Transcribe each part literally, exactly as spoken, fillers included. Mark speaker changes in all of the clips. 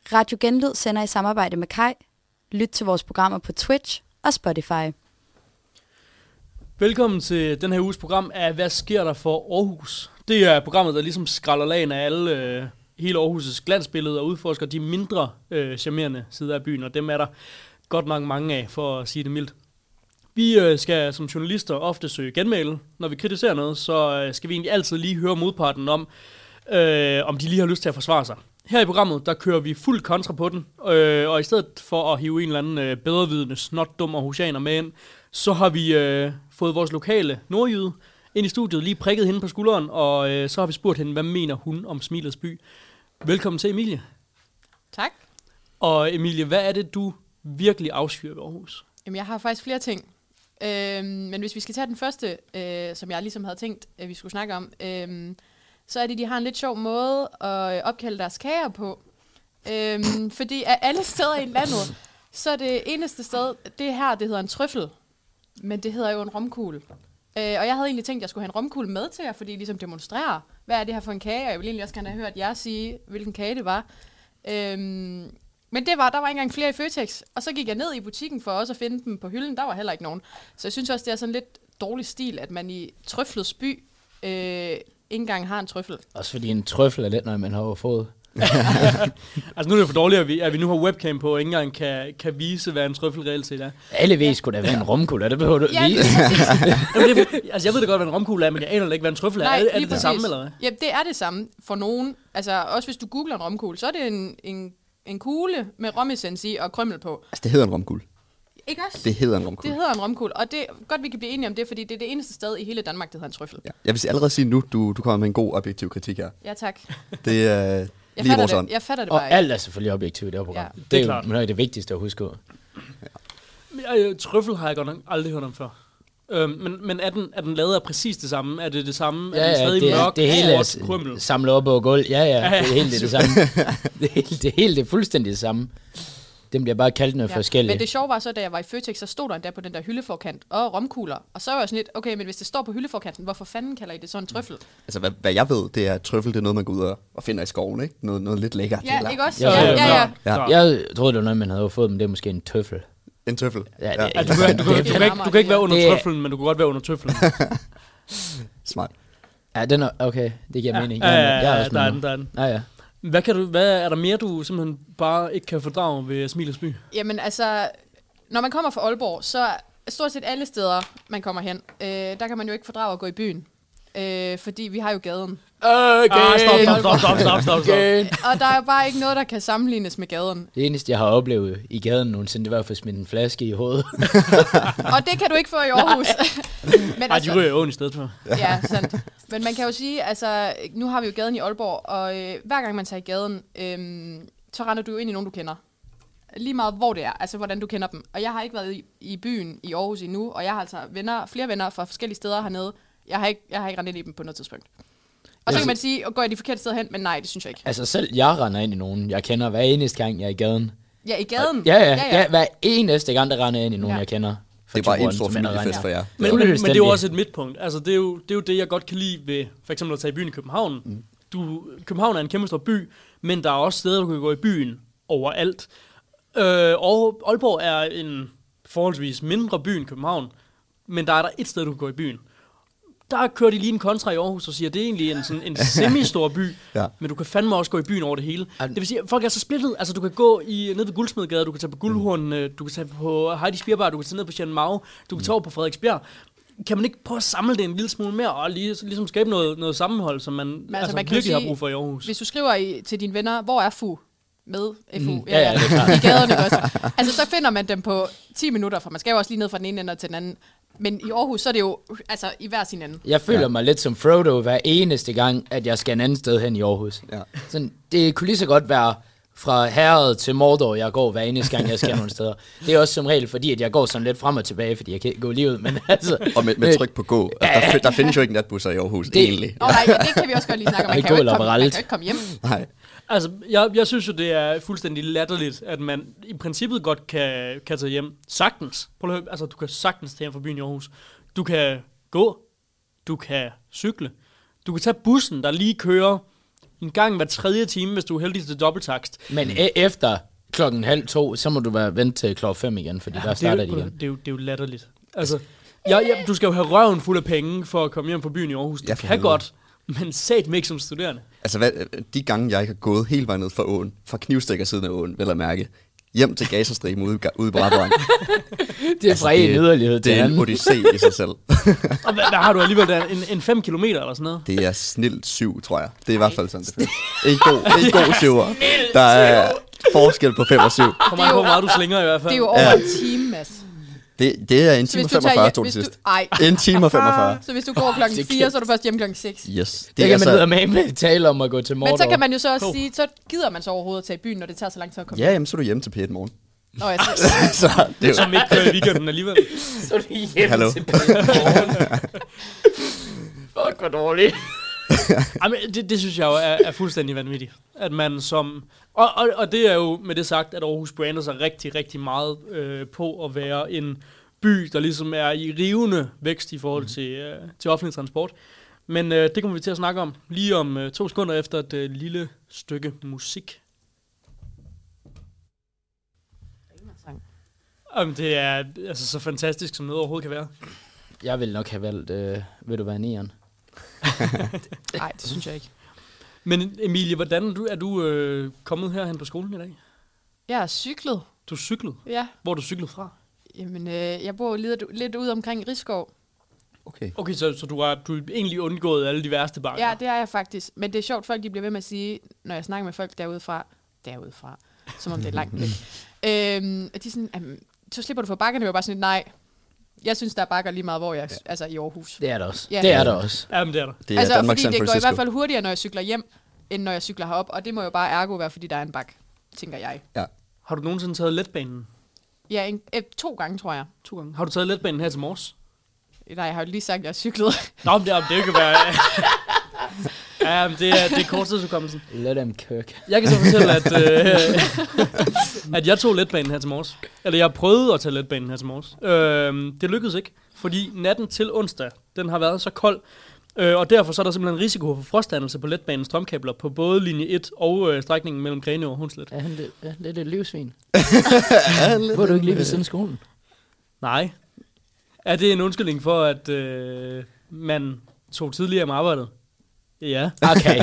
Speaker 1: Radio Genlyd sender i samarbejde med Kai. Lyt til vores programmer på Twitch og Spotify.
Speaker 2: Velkommen til den her uges program af Hvad sker der for Aarhus? Det er programmet, der ligesom skralder lagen af alle, øh, hele Aarhus' glansbillede og udforsker de mindre øh, charmerende sider af byen, og dem er der godt nok mange af, for at sige det mildt. Vi øh, skal som journalister ofte søge genmæle. Når vi kritiserer noget, så øh, skal vi egentlig altid lige høre modparten om, øh, om de lige har lyst til at forsvare sig. Her i programmet, der kører vi fuld kontra på den, øh, og i stedet for at hive en eller anden øh, bedrevidende, snot, dum og husianer med ind, så har vi øh, fået vores lokale nordjyde ind i studiet, lige prikket hende på skulderen, og øh, så har vi spurgt hende, hvad mener hun om Smilets by. Velkommen til, Emilie.
Speaker 3: Tak.
Speaker 2: Og Emilie, hvad er det, du virkelig afskyr ved Aarhus?
Speaker 3: Jamen, jeg har faktisk flere ting. Øhm, men hvis vi skal tage den første, øh, som jeg ligesom havde tænkt, at vi skulle snakke om, øh, så er det, de har en lidt sjov måde at opkalde deres kager på. Øhm, fordi af alle steder i landet, så er det eneste sted, det her, det hedder en trøffel. Men det hedder jo en romkugle. Øh, og jeg havde egentlig tænkt, at jeg skulle have en romkugle med til jer, fordi ligesom demonstrere, hvad er det her for en kage, og jeg ville egentlig også gerne have hørt jer sige, hvilken kage det var. Øhm, men det var, der var ikke engang flere i Føtex, og så gik jeg ned i butikken for også at finde dem på hylden, der var heller ikke nogen. Så jeg synes også, det er sådan lidt dårlig stil, at man i Trøflets by øh, ikke engang har en trøffel.
Speaker 4: Også fordi en trøffel er lidt, når man har fået.
Speaker 2: Altså nu er det for dårligt, at vi, at vi nu har webcam på, og ikke engang kan, kan vise, hvad en trøffel reelt set er.
Speaker 4: Alle ved sgu da være en romkugle, det behøver du
Speaker 3: ja,
Speaker 4: vise.
Speaker 2: Jamen, det, altså jeg ved da godt, hvad en romkugle er, men jeg aner ikke, hvad en trøffel er.
Speaker 3: Nej,
Speaker 2: er det, er det det
Speaker 3: præcis.
Speaker 2: samme, eller hvad?
Speaker 3: Ja, det er det samme for nogen. Altså også hvis du googler en romkugle, så er det en, en, en kugle med romessens i og krymmel på.
Speaker 5: Altså det hedder en romkugle.
Speaker 3: Ikke også?
Speaker 5: Det hedder en romkugle.
Speaker 3: Det hedder en romkugle, og det er godt, vi kan blive enige om det, fordi det er det eneste sted i hele Danmark, der hedder en trøffel.
Speaker 5: Ja. Jeg vil allerede sige nu, du, du kommer med en god objektiv kritik her.
Speaker 3: Ja, tak.
Speaker 5: Det er
Speaker 3: Jeg
Speaker 5: lige
Speaker 3: fatter
Speaker 5: vores
Speaker 3: det,
Speaker 5: ånd.
Speaker 3: jeg fatter det
Speaker 4: Og
Speaker 3: bare ikke.
Speaker 4: alt er selvfølgelig objektivt i det her program.
Speaker 3: Ja.
Speaker 4: Det,
Speaker 2: Det er
Speaker 4: er
Speaker 2: klart.
Speaker 4: jo noget af det vigtigste at huske.
Speaker 2: Ja, trøffel har jeg godt nok aldrig hørt om før. Øhm, men men er, den, er den lavet af præcis det samme? Er det det samme?
Speaker 4: Ja,
Speaker 2: er den
Speaker 4: ja,
Speaker 2: stadig
Speaker 4: det,
Speaker 2: mørk,
Speaker 4: det hele
Speaker 2: sort,
Speaker 4: er
Speaker 2: krymmel?
Speaker 4: samlet op på gulv. Ja, ja, det er helt det, det samme. Det hele det, hele, det er fuldstændig det samme. Den bliver bare kaldt noget
Speaker 3: Ja.
Speaker 4: forskelligt.
Speaker 3: Men det sjove var så, da jeg var i Føtex, så stod der endda på den der hyldeforkant og romkugler. Og så var jeg sådan lidt, okay, men hvis det står på hyldeforkanten, hvorfor fanden kalder I det så en trøffel?
Speaker 5: Altså hvad, hvad jeg ved, det er, at trøffel, det er noget, man går ud og, og finder i skoven, ikke? Noget, noget lidt lækkert.
Speaker 3: Ja,
Speaker 5: eller?
Speaker 3: ikke også?
Speaker 4: Ja,
Speaker 3: Ja, ja, ja.
Speaker 5: Ja.
Speaker 4: Jeg troede, det var noget, man havde fået, men det er måske en tøffel.
Speaker 5: En trøffel.
Speaker 4: Ja, det-
Speaker 2: Ja, du, kan, du, kan, du, kan ikke, du kan ikke være under
Speaker 4: Det er-
Speaker 2: trøffelen, men du kan godt være under tøffelen.
Speaker 5: Smart.
Speaker 4: Ja, den er, okay, det giver
Speaker 2: Ja,
Speaker 4: mening.
Speaker 2: ja, ja,
Speaker 4: Jeg er
Speaker 2: ja,
Speaker 4: også
Speaker 2: der er
Speaker 4: med
Speaker 2: den, der er den.
Speaker 4: nu. Ja, ja.
Speaker 2: Hvad, kan du, hvad er der mere, du simpelthen bare ikke kan fordrage ved Smilets by?
Speaker 3: Jamen altså, når man kommer fra Aalborg, så stort set alle steder, man kommer hen, øh, der kan man jo ikke fordrage at gå i byen. Øh, fordi vi har jo gaden.
Speaker 4: Okay.
Speaker 2: Ah, stop, stop, stop, stop, stop, stop, stop.
Speaker 4: Okay.
Speaker 3: Og der er bare ikke noget, der kan sammenlignes med gaden.
Speaker 4: Det eneste, jeg har oplevet i gaden nogensinde, det var at få smidt en flaske i hovedet.
Speaker 3: Og det kan du ikke få i Aarhus. Men
Speaker 2: Ej, de ryger jo ondt i stedet for.
Speaker 3: Ja, sandt. Men man kan jo sige, altså, nu har vi jo gaden i Aalborg, og øh, hver gang man tager i gaden, øh, så render du jo ind i nogen, du kender. Lige meget, hvor det er, altså hvordan du kender dem. Og jeg har ikke været i, i byen i Aarhus endnu, og jeg har altså venner, flere venner fra forskellige steder hernede. Jeg har ikke, jeg har ikke rendt ind i dem på noget tidspunkt. Og så kan man sige, går jeg de forkerte steder hen, men nej, det synes jeg ikke.
Speaker 4: Altså selv jeg render ind i nogen, jeg kender hver eneste gang, jeg er i gaden.
Speaker 3: Ja, i gaden.
Speaker 4: Ja, ja, ja, ja hver eneste gang, der render ind i nogen,
Speaker 3: Ja.
Speaker 4: jeg kender.
Speaker 5: Det er bare en
Speaker 4: turen,
Speaker 5: stor
Speaker 4: som ender
Speaker 5: familiefest
Speaker 4: render.
Speaker 5: for jer.
Speaker 2: Men, men, men det er jo
Speaker 4: Fuldstændig.
Speaker 2: også et midtpunkt. Altså, det er jo det, er jo det jeg godt kan lide ved for eksempel at tage i byen i København. Mm. Du, København er en kæmpe stor by, men der er også steder, du kan gå i byen overalt. Øh, og Aalborg er en forholdsvis mindre by end København, men der er der et sted, du kan gå i byen. Der kører de lige en kontra i Aarhus og siger, at det er egentlig en, sådan en semi-stor by,
Speaker 5: Ja.
Speaker 2: men du kan fandme også gå i byen over det hele.
Speaker 4: Ej,
Speaker 2: Det vil sige, at folk er så splittet. Altså, du kan gå i, ned ved Guldsmedegade, du kan tage på Guldhorn, mm. du kan tage på Heidi Spierbar, du kan tage ned på Jeanne Mau, du kan tage over på Frederiksbjerg. Kan man ikke prøve at samle det en lille smule mere, og lige, ligesom skabe noget, noget sammenhold, som man, altså, altså,
Speaker 3: man kan jo
Speaker 2: virkelig
Speaker 3: sige,
Speaker 2: har brug for i Aarhus?
Speaker 3: Hvis du skriver i, til dine venner, hvor er F U? Med F U.
Speaker 4: Mm, ja, ja, det er klart.
Speaker 3: I gaden, ikke også? Altså, så finder man dem på ti minutter, for man skal jo også lige ned fra den ene ende til den anden. Men i Aarhus, så er det jo altså i hver sin ende.
Speaker 4: Jeg føler ja. mig lidt som Frodo hver eneste gang, at jeg skal en anden sted hen i Aarhus.
Speaker 5: Ja.
Speaker 4: Sådan, det kunne lige så godt være fra Herred til Mordor, jeg går hver eneste gang, jeg skal nogle steder. Det er også som regel, fordi at jeg går sådan lidt frem og tilbage, fordi jeg kan ikke gå lige ud. Men altså,
Speaker 5: Og med, med tryk på gå. Altså, der, der findes jo ikke natbusser i Aarhus,
Speaker 4: Det-
Speaker 5: egentlig.
Speaker 3: Åh oh, nej, det kan vi også godt lige snakke om. Man
Speaker 4: Det
Speaker 3: kan jo
Speaker 4: går
Speaker 3: ikke komme, man
Speaker 4: liberalt.
Speaker 3: kan jo ikke komme hjem.
Speaker 5: Nej.
Speaker 2: Altså, jeg, jeg synes jo, det er fuldstændig latterligt, at man i princippet godt kan, kan tage hjem. Sagtens. Prøv at høre, altså, du kan sagtens tage hjem fra byen i Aarhus. Du kan gå. Du kan cykle. Du kan tage bussen, der lige kører En gang hver tredje time, hvis du er heldig til dobbelttakst.
Speaker 4: Men e- efter klokken halv to, så må du være vent til klokken fem igen, fordi ja, der starter de igen.
Speaker 2: Det er, jo, det er jo latterligt. Altså, ja, ja, du skal jo have røven fuld af penge for at komme hjem fra byen i Aarhus. Du kan godt, men sat mig ikke som studerende.
Speaker 5: Altså, hvad, de gange, jeg ikke har gået hele vejen ned fra åen, fra knivstikker siden af åen, vil jeg mærke, hjem til Gazastriben ude, ude i Brabrand.
Speaker 4: Det er fra altså, en yderlighed til
Speaker 5: anden. Det er en odyssé i sig selv.
Speaker 2: Og hvad, hvad har du alligevel der? En, en fem kilometer eller sådan noget?
Speaker 5: Det er snilt syv, tror jeg. Det er i hvert fald sådan, det føles. Ikke god, ikke god syver. Der er forskel på fem og syv.
Speaker 2: Hvor meget, hvor meget du slinger i hvert fald.
Speaker 3: Det er jo over ja. en time, Mads.
Speaker 5: Det, det er en time og femogfyrre, tog det sidst. En time og femogfyrre.
Speaker 3: Så hvis du går klokken fire, så er du først hjemme klokken seks.
Speaker 5: Yes.
Speaker 4: Det, det kan altså, man med med tale om at gå til Mordor.
Speaker 3: Men så kan man jo så også sige, så gider man så overhovedet at tage i byen, når det tager så lang tid at komme.
Speaker 5: Ja, jamen, så er du hjemme til P et morgen.
Speaker 3: Nå, jeg
Speaker 5: så, det er
Speaker 2: som ikke kører i weekenden alligevel.
Speaker 4: Så er du hjemme
Speaker 5: Hallo.
Speaker 4: til P et morgen. Fuck, hvor dårligt.
Speaker 2: Jamen, det, det synes jeg jo er, er fuldstændig vanvittigt. At man som... Og, og, og det er jo med det sagt, at Aarhus brander sig rigtig, rigtig meget øh, på at være en by, der ligesom er i rivende vækst i forhold til, øh, til offentlig transport. Men øh, det kommer vi til at snakke om lige om øh, to sekunder efter et øh, lille stykke musik. Jamen, det er altså så fantastisk, som noget overhovedet kan være.
Speaker 4: Jeg vil nok have valgt, øh, vil du være nieren?
Speaker 3: Nej, det synes jeg ikke.
Speaker 2: Men Emilie, hvordan er du, er du øh, kommet herhen på skolen i dag?
Speaker 3: Jeg er cyklet.
Speaker 2: Du er cyklet?
Speaker 3: Ja.
Speaker 2: Hvor er du cyklet fra?
Speaker 3: Jamen, øh, jeg bor lidt, lidt ude omkring Rigskov.
Speaker 5: Okay.
Speaker 2: Okay, så, så du har du er egentlig undgået alle de værste bakker?
Speaker 3: Ja, det er jeg faktisk. Men det er sjovt, folk de bliver ved med at sige, når jeg snakker med folk derudefra, derudefra, som om det er langt væk. øhm, de er sådan, jamen, så slipper du for bakkerne. Jeg var bare sådan, nej, jeg synes, der er bakker lige meget, hvor jeg er, ja. altså i Aarhus.
Speaker 4: Det er der også.
Speaker 3: Ja.
Speaker 4: Det er der også.
Speaker 2: Jamen, det er der.
Speaker 5: Det er
Speaker 3: altså,
Speaker 5: Danmark,
Speaker 3: fordi det går i hvert fald hurtigere, når jeg cykler hjem, end når jeg cykler herop. Og det må jo bare ergo være, fordi der er en bak, tænker jeg.
Speaker 5: Ja.
Speaker 2: Har du nogensinde taget letbanen?
Speaker 3: Ja, en, eh, to gange, tror jeg.
Speaker 2: To gange. Har du taget letbanen her til Mors?
Speaker 3: Nej, jeg har jo lige sagt, at jeg har cyklet.
Speaker 2: Nå, men det, det kan være... ja, men det er, det er korttidsudkommelsen.
Speaker 4: Let them kirk.
Speaker 2: Jeg kan så fortælle, at, øh, at jeg tog letbanen her til Mors. Eller jeg prøvede at tage letbanen her til Mors. Øh, det lykkedes ikke, fordi natten til onsdag, den har været så kold. Øh, og derfor så er der simpelthen risiko for frostdannelse på letbanens strømkabler på både linje et og øh, strækningen mellem Grenaa og Hundslet.
Speaker 4: Er han lidt, ja, lidt et livsvin? Hvor er du ikke lige ved siden af skolen?
Speaker 2: Nej. Er det en undskyldning for, at øh, man tog tidligere med arbejdet? Ja.
Speaker 4: Okay.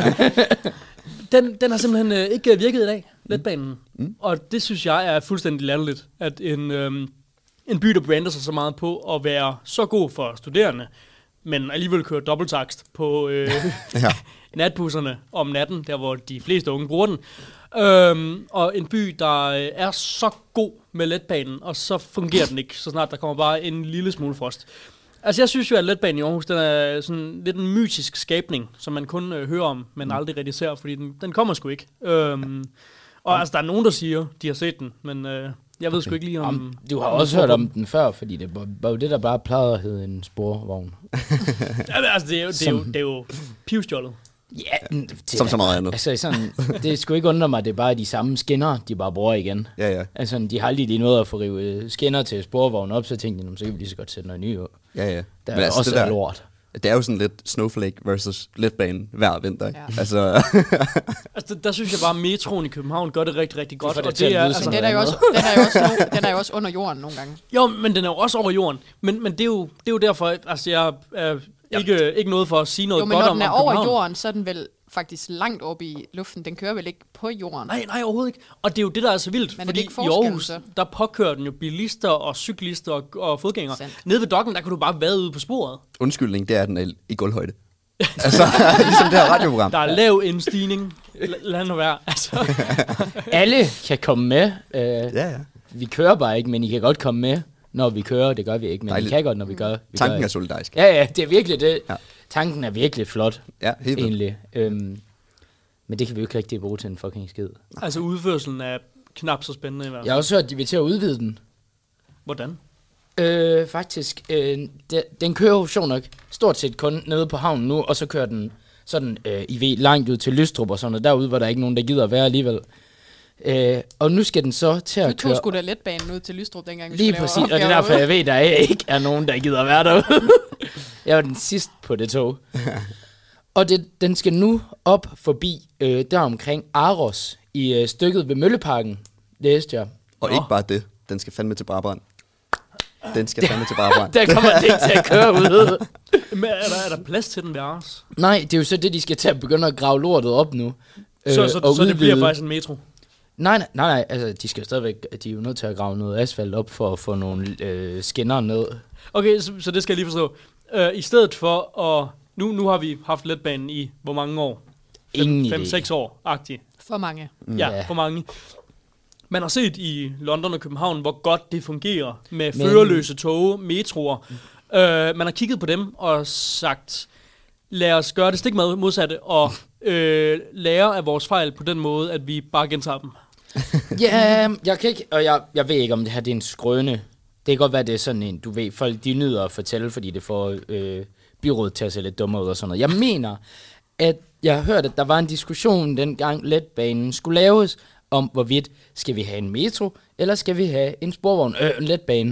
Speaker 2: den, den har simpelthen øh, ikke virket i dag, letbanen. Mm. Og det synes jeg er fuldstændig latterligt, at en, øh, en by, der brander sig så meget på at være så god for studerende, men alligevel kører dobbelttakst på øh, ja. natbusserne om natten, der hvor de fleste unge bruger den. Øhm, og en by, der er så god med letbanen, og så fungerer den ikke, så snart der kommer bare en lille smule frost. Altså jeg synes jo, at letbanen i Aarhus, den er sådan lidt en mytisk skabning, som man kun øh, hører om, men aldrig rigtig ser, fordi den, den kommer sgu ikke. Øhm, og ja. altså der er nogen, der siger, de har set den, men øh, jeg ved okay. sgu ikke lige om...
Speaker 4: om du har om også hørt om den før, fordi det var jo det, der bare plejede at hedde en sporvogn.
Speaker 2: ja, altså det er jo, det er jo, det er jo pivstjålet.
Speaker 4: Ja, det,
Speaker 5: som så meget andet.
Speaker 4: Altså sådan, det skulle ikke undre mig, at det er bare de samme skinner, de bare bruger igen.
Speaker 5: Ja, ja.
Speaker 4: Altså, de har aldrig lige noget at få rive skinner til sporvognen op, så tænkte de, så kan vi lige så godt sætte noget nyt ud.
Speaker 5: Ja, ja.
Speaker 4: Der
Speaker 5: Men
Speaker 4: er
Speaker 5: altså,
Speaker 4: også
Speaker 5: det der,
Speaker 4: lort.
Speaker 5: Det er jo sådan lidt snowflake versus letbane hver vinter, ikke?
Speaker 3: Ja.
Speaker 5: Altså,
Speaker 2: altså der, der synes jeg bare, at metroen i København gør det rigtig, rigtig godt.
Speaker 4: Det
Speaker 2: og
Speaker 4: det
Speaker 2: det er,
Speaker 3: altså, den, er jo også, den, er jo også, no, den er jo også under jorden nogle gange.
Speaker 2: Jo, men den er jo også over jorden. Men, men det, er jo, det er jo derfor, altså jeg er ikke, ikke noget for at sige noget
Speaker 3: jo, men
Speaker 2: godt
Speaker 3: når
Speaker 2: om
Speaker 3: den er
Speaker 2: om
Speaker 3: over
Speaker 2: København.
Speaker 3: jorden, så er den vel faktisk langt oppe i luften. Den kører vel ikke på jorden?
Speaker 2: Nej, nej, overhovedet ikke. Og det er jo det, der er så vildt,
Speaker 3: men
Speaker 2: fordi
Speaker 3: i
Speaker 2: Aarhus,
Speaker 3: så?
Speaker 2: der påkører den jo bilister og cyklister og, og fodgængere.
Speaker 3: Sandt.
Speaker 2: Nede ved dokken, der kan du bare vade ude på sporet.
Speaker 5: undskyldning, det er den er i gulvhøjde. Altså, ligesom det her radioprogram.
Speaker 2: Der er lav indstigning. Lad nu være. Altså.
Speaker 4: Alle kan komme med. Øh,
Speaker 5: Ja, ja.
Speaker 4: Vi kører bare ikke, men I kan godt komme med, når vi kører. Det gør vi ikke, men
Speaker 5: Dejligt.
Speaker 4: I kan godt, når vi gør. Vi
Speaker 5: Tanken
Speaker 4: gør
Speaker 5: er solidarisk.
Speaker 4: Ja, ja, det er virkelig det.
Speaker 5: Ja.
Speaker 4: Tanken er virkelig flot,
Speaker 5: Ja, helt vildt.
Speaker 4: egentlig. Øhm, men det kan vi jo ikke rigtig bruge til en fucking skid.
Speaker 2: altså udførselen er knap så spændende i hvert fald.
Speaker 4: Jeg har også hørt, at de vil til at udvide den.
Speaker 2: Hvordan?
Speaker 4: Øh, faktisk. Øh, de, den kører jo sjovt nok stort set kun nede på havnen nu, og så kører den sådan øh, I ved, langt ud til Lystrup og sådan noget, derude, hvor der er ikke nogen, der gider at være alligevel. Øh, og nu skal den så til at
Speaker 3: Du
Speaker 4: køre...
Speaker 3: tog sgu da letbanen ud til Lystrup dengang, vi
Speaker 4: Lige
Speaker 3: skulle lave
Speaker 4: præcis, og det er
Speaker 3: opgaver
Speaker 4: derfor,
Speaker 3: ude.
Speaker 4: jeg ved, at der ikke er nogen, der gider at være derude. Jeg var den sidste på det tog. Og det, den skal nu op forbi øh, der omkring Aros i øh, stykket ved Mølleparken, læste jeg.
Speaker 5: Og
Speaker 2: Nå.
Speaker 5: ikke bare det, den skal fandme til Brabrand. Den skal fandme til Brabrand.
Speaker 4: Der kommer det ikke til at køre ud.
Speaker 2: Men er der, er der plads til den ved Ars?
Speaker 4: Nej, det er jo så det, de skal til at begynde at grave lortet op nu.
Speaker 2: Øh, så så,
Speaker 4: og
Speaker 2: så det bliver
Speaker 4: udvide.
Speaker 2: faktisk en metro?
Speaker 4: Nej, nej, nej, nej, altså de skal jo stadigvæk, de er jo nødt til at grave noget asfalt op for at få nogle øh, skinner ned.
Speaker 2: Okay, så, så det skal jeg lige forstå. Uh, I stedet for at... Nu, nu har vi haft letbanen i hvor mange år?
Speaker 4: Ingen
Speaker 2: fem
Speaker 4: idé.
Speaker 2: seks år, agtigt.
Speaker 3: For mange.
Speaker 2: Mm. Ja,
Speaker 4: Ja.
Speaker 2: for mange. Man har set i London og København, hvor godt det fungerer med
Speaker 4: Men-
Speaker 2: førerløse tog, metroer. Mm. Uh, man har kigget på dem og sagt, lad os gøre det stik modsatte og øh, lære af vores fejl på den måde, at vi bare gentager dem.
Speaker 4: Ja, jeg kan ikke, og jeg, jeg ved ikke, om det her det er en skrøne. Det kan godt være, det er sådan en, du ved, folk de nyder at fortælle, fordi det får øh, byrådet til at se lidt dummere ud og sådan noget. Jeg mener, at jeg har hørt, at der var en diskussion, dengang letbanen skulle laves, om hvorvidt skal vi have en metro, eller skal vi have en sporvogn, øh, en letbane.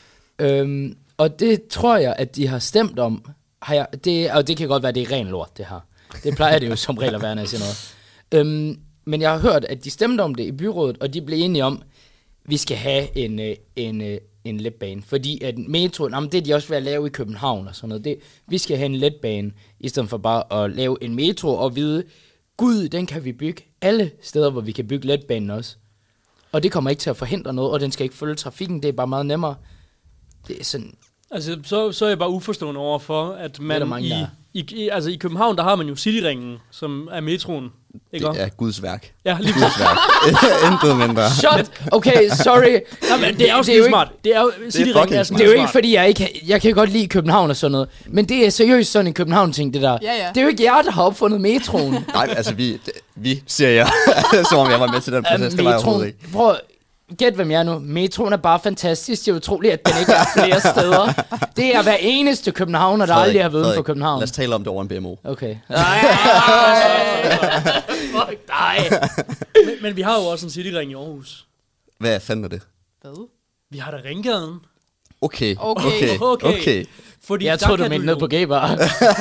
Speaker 4: Øhm, og det tror jeg, at de har stemt om. Har jeg, det, og det kan godt være, det er ren lort, det her. Det plejer det jo som regel at være, når jeg siger noget. Øhm, men jeg har hørt, at de stemte om det i byrådet, og de blev enige om, vi skal have en, øh, en, øh, en letbane. Fordi at metro, jamen det er de også ved at lave i København og sådan noget. Det, vi skal have en letbane, i stedet for bare at lave en metro og vide, gud, den kan vi bygge alle steder, hvor vi kan bygge letbanen også. Og det kommer ikke til at forhindre noget, og den skal ikke følge trafikken, det er bare meget nemmere. Det er sådan...
Speaker 2: Altså, så, så er jeg bare uforstående over for, at
Speaker 4: der
Speaker 2: man
Speaker 4: mange,
Speaker 2: i,
Speaker 4: der er.
Speaker 2: i, i, altså i København, der har man jo Cityringen, som er metroen. Ikke
Speaker 5: Det
Speaker 2: også?
Speaker 5: er Guds værk.
Speaker 2: Ja, lige
Speaker 5: Guds værk. Intet mindre.
Speaker 4: Shut! Okay, sorry.
Speaker 2: Nå, men det er jo
Speaker 4: det er jo
Speaker 2: smart. Det er jo, Cityringen
Speaker 5: fucking
Speaker 2: er
Speaker 5: smart.
Speaker 4: Det er jo
Speaker 2: smart.
Speaker 4: ikke, fordi jeg ikke... Jeg kan godt lide København og sådan noget. Men det er seriøst sådan en København-ting, det der.
Speaker 3: Ja, ja.
Speaker 4: Det er jo ikke jer, der har opfundet metroen.
Speaker 5: Nej, altså vi, det, vi siger jeg, som om jeg var med til den proces. Det var jeg overhovedet ikke.
Speaker 4: Prøv gæt, hvem jeg er nu. Metroen er bare fantastisk. Det er utroligt, at den ikke er flere steder. Det er hver eneste københavner, der
Speaker 5: Frederik,
Speaker 4: aldrig har været uden for
Speaker 5: Frederik,
Speaker 4: København.
Speaker 5: Lad os tale om det over en B M O.
Speaker 4: Okay.
Speaker 2: Fuck dig. men, men vi har jo også en Cityring i Aarhus.
Speaker 5: Hvad fanden er det?
Speaker 3: Hvad?
Speaker 2: Vi har da Ringgaden.
Speaker 5: Okay,
Speaker 3: Okay.
Speaker 5: okay,
Speaker 2: Okay.
Speaker 5: okay.
Speaker 2: Fordi
Speaker 4: Jeg
Speaker 2: der
Speaker 4: tror, du
Speaker 2: kan
Speaker 4: mente
Speaker 2: jo-
Speaker 4: ned på G-bar.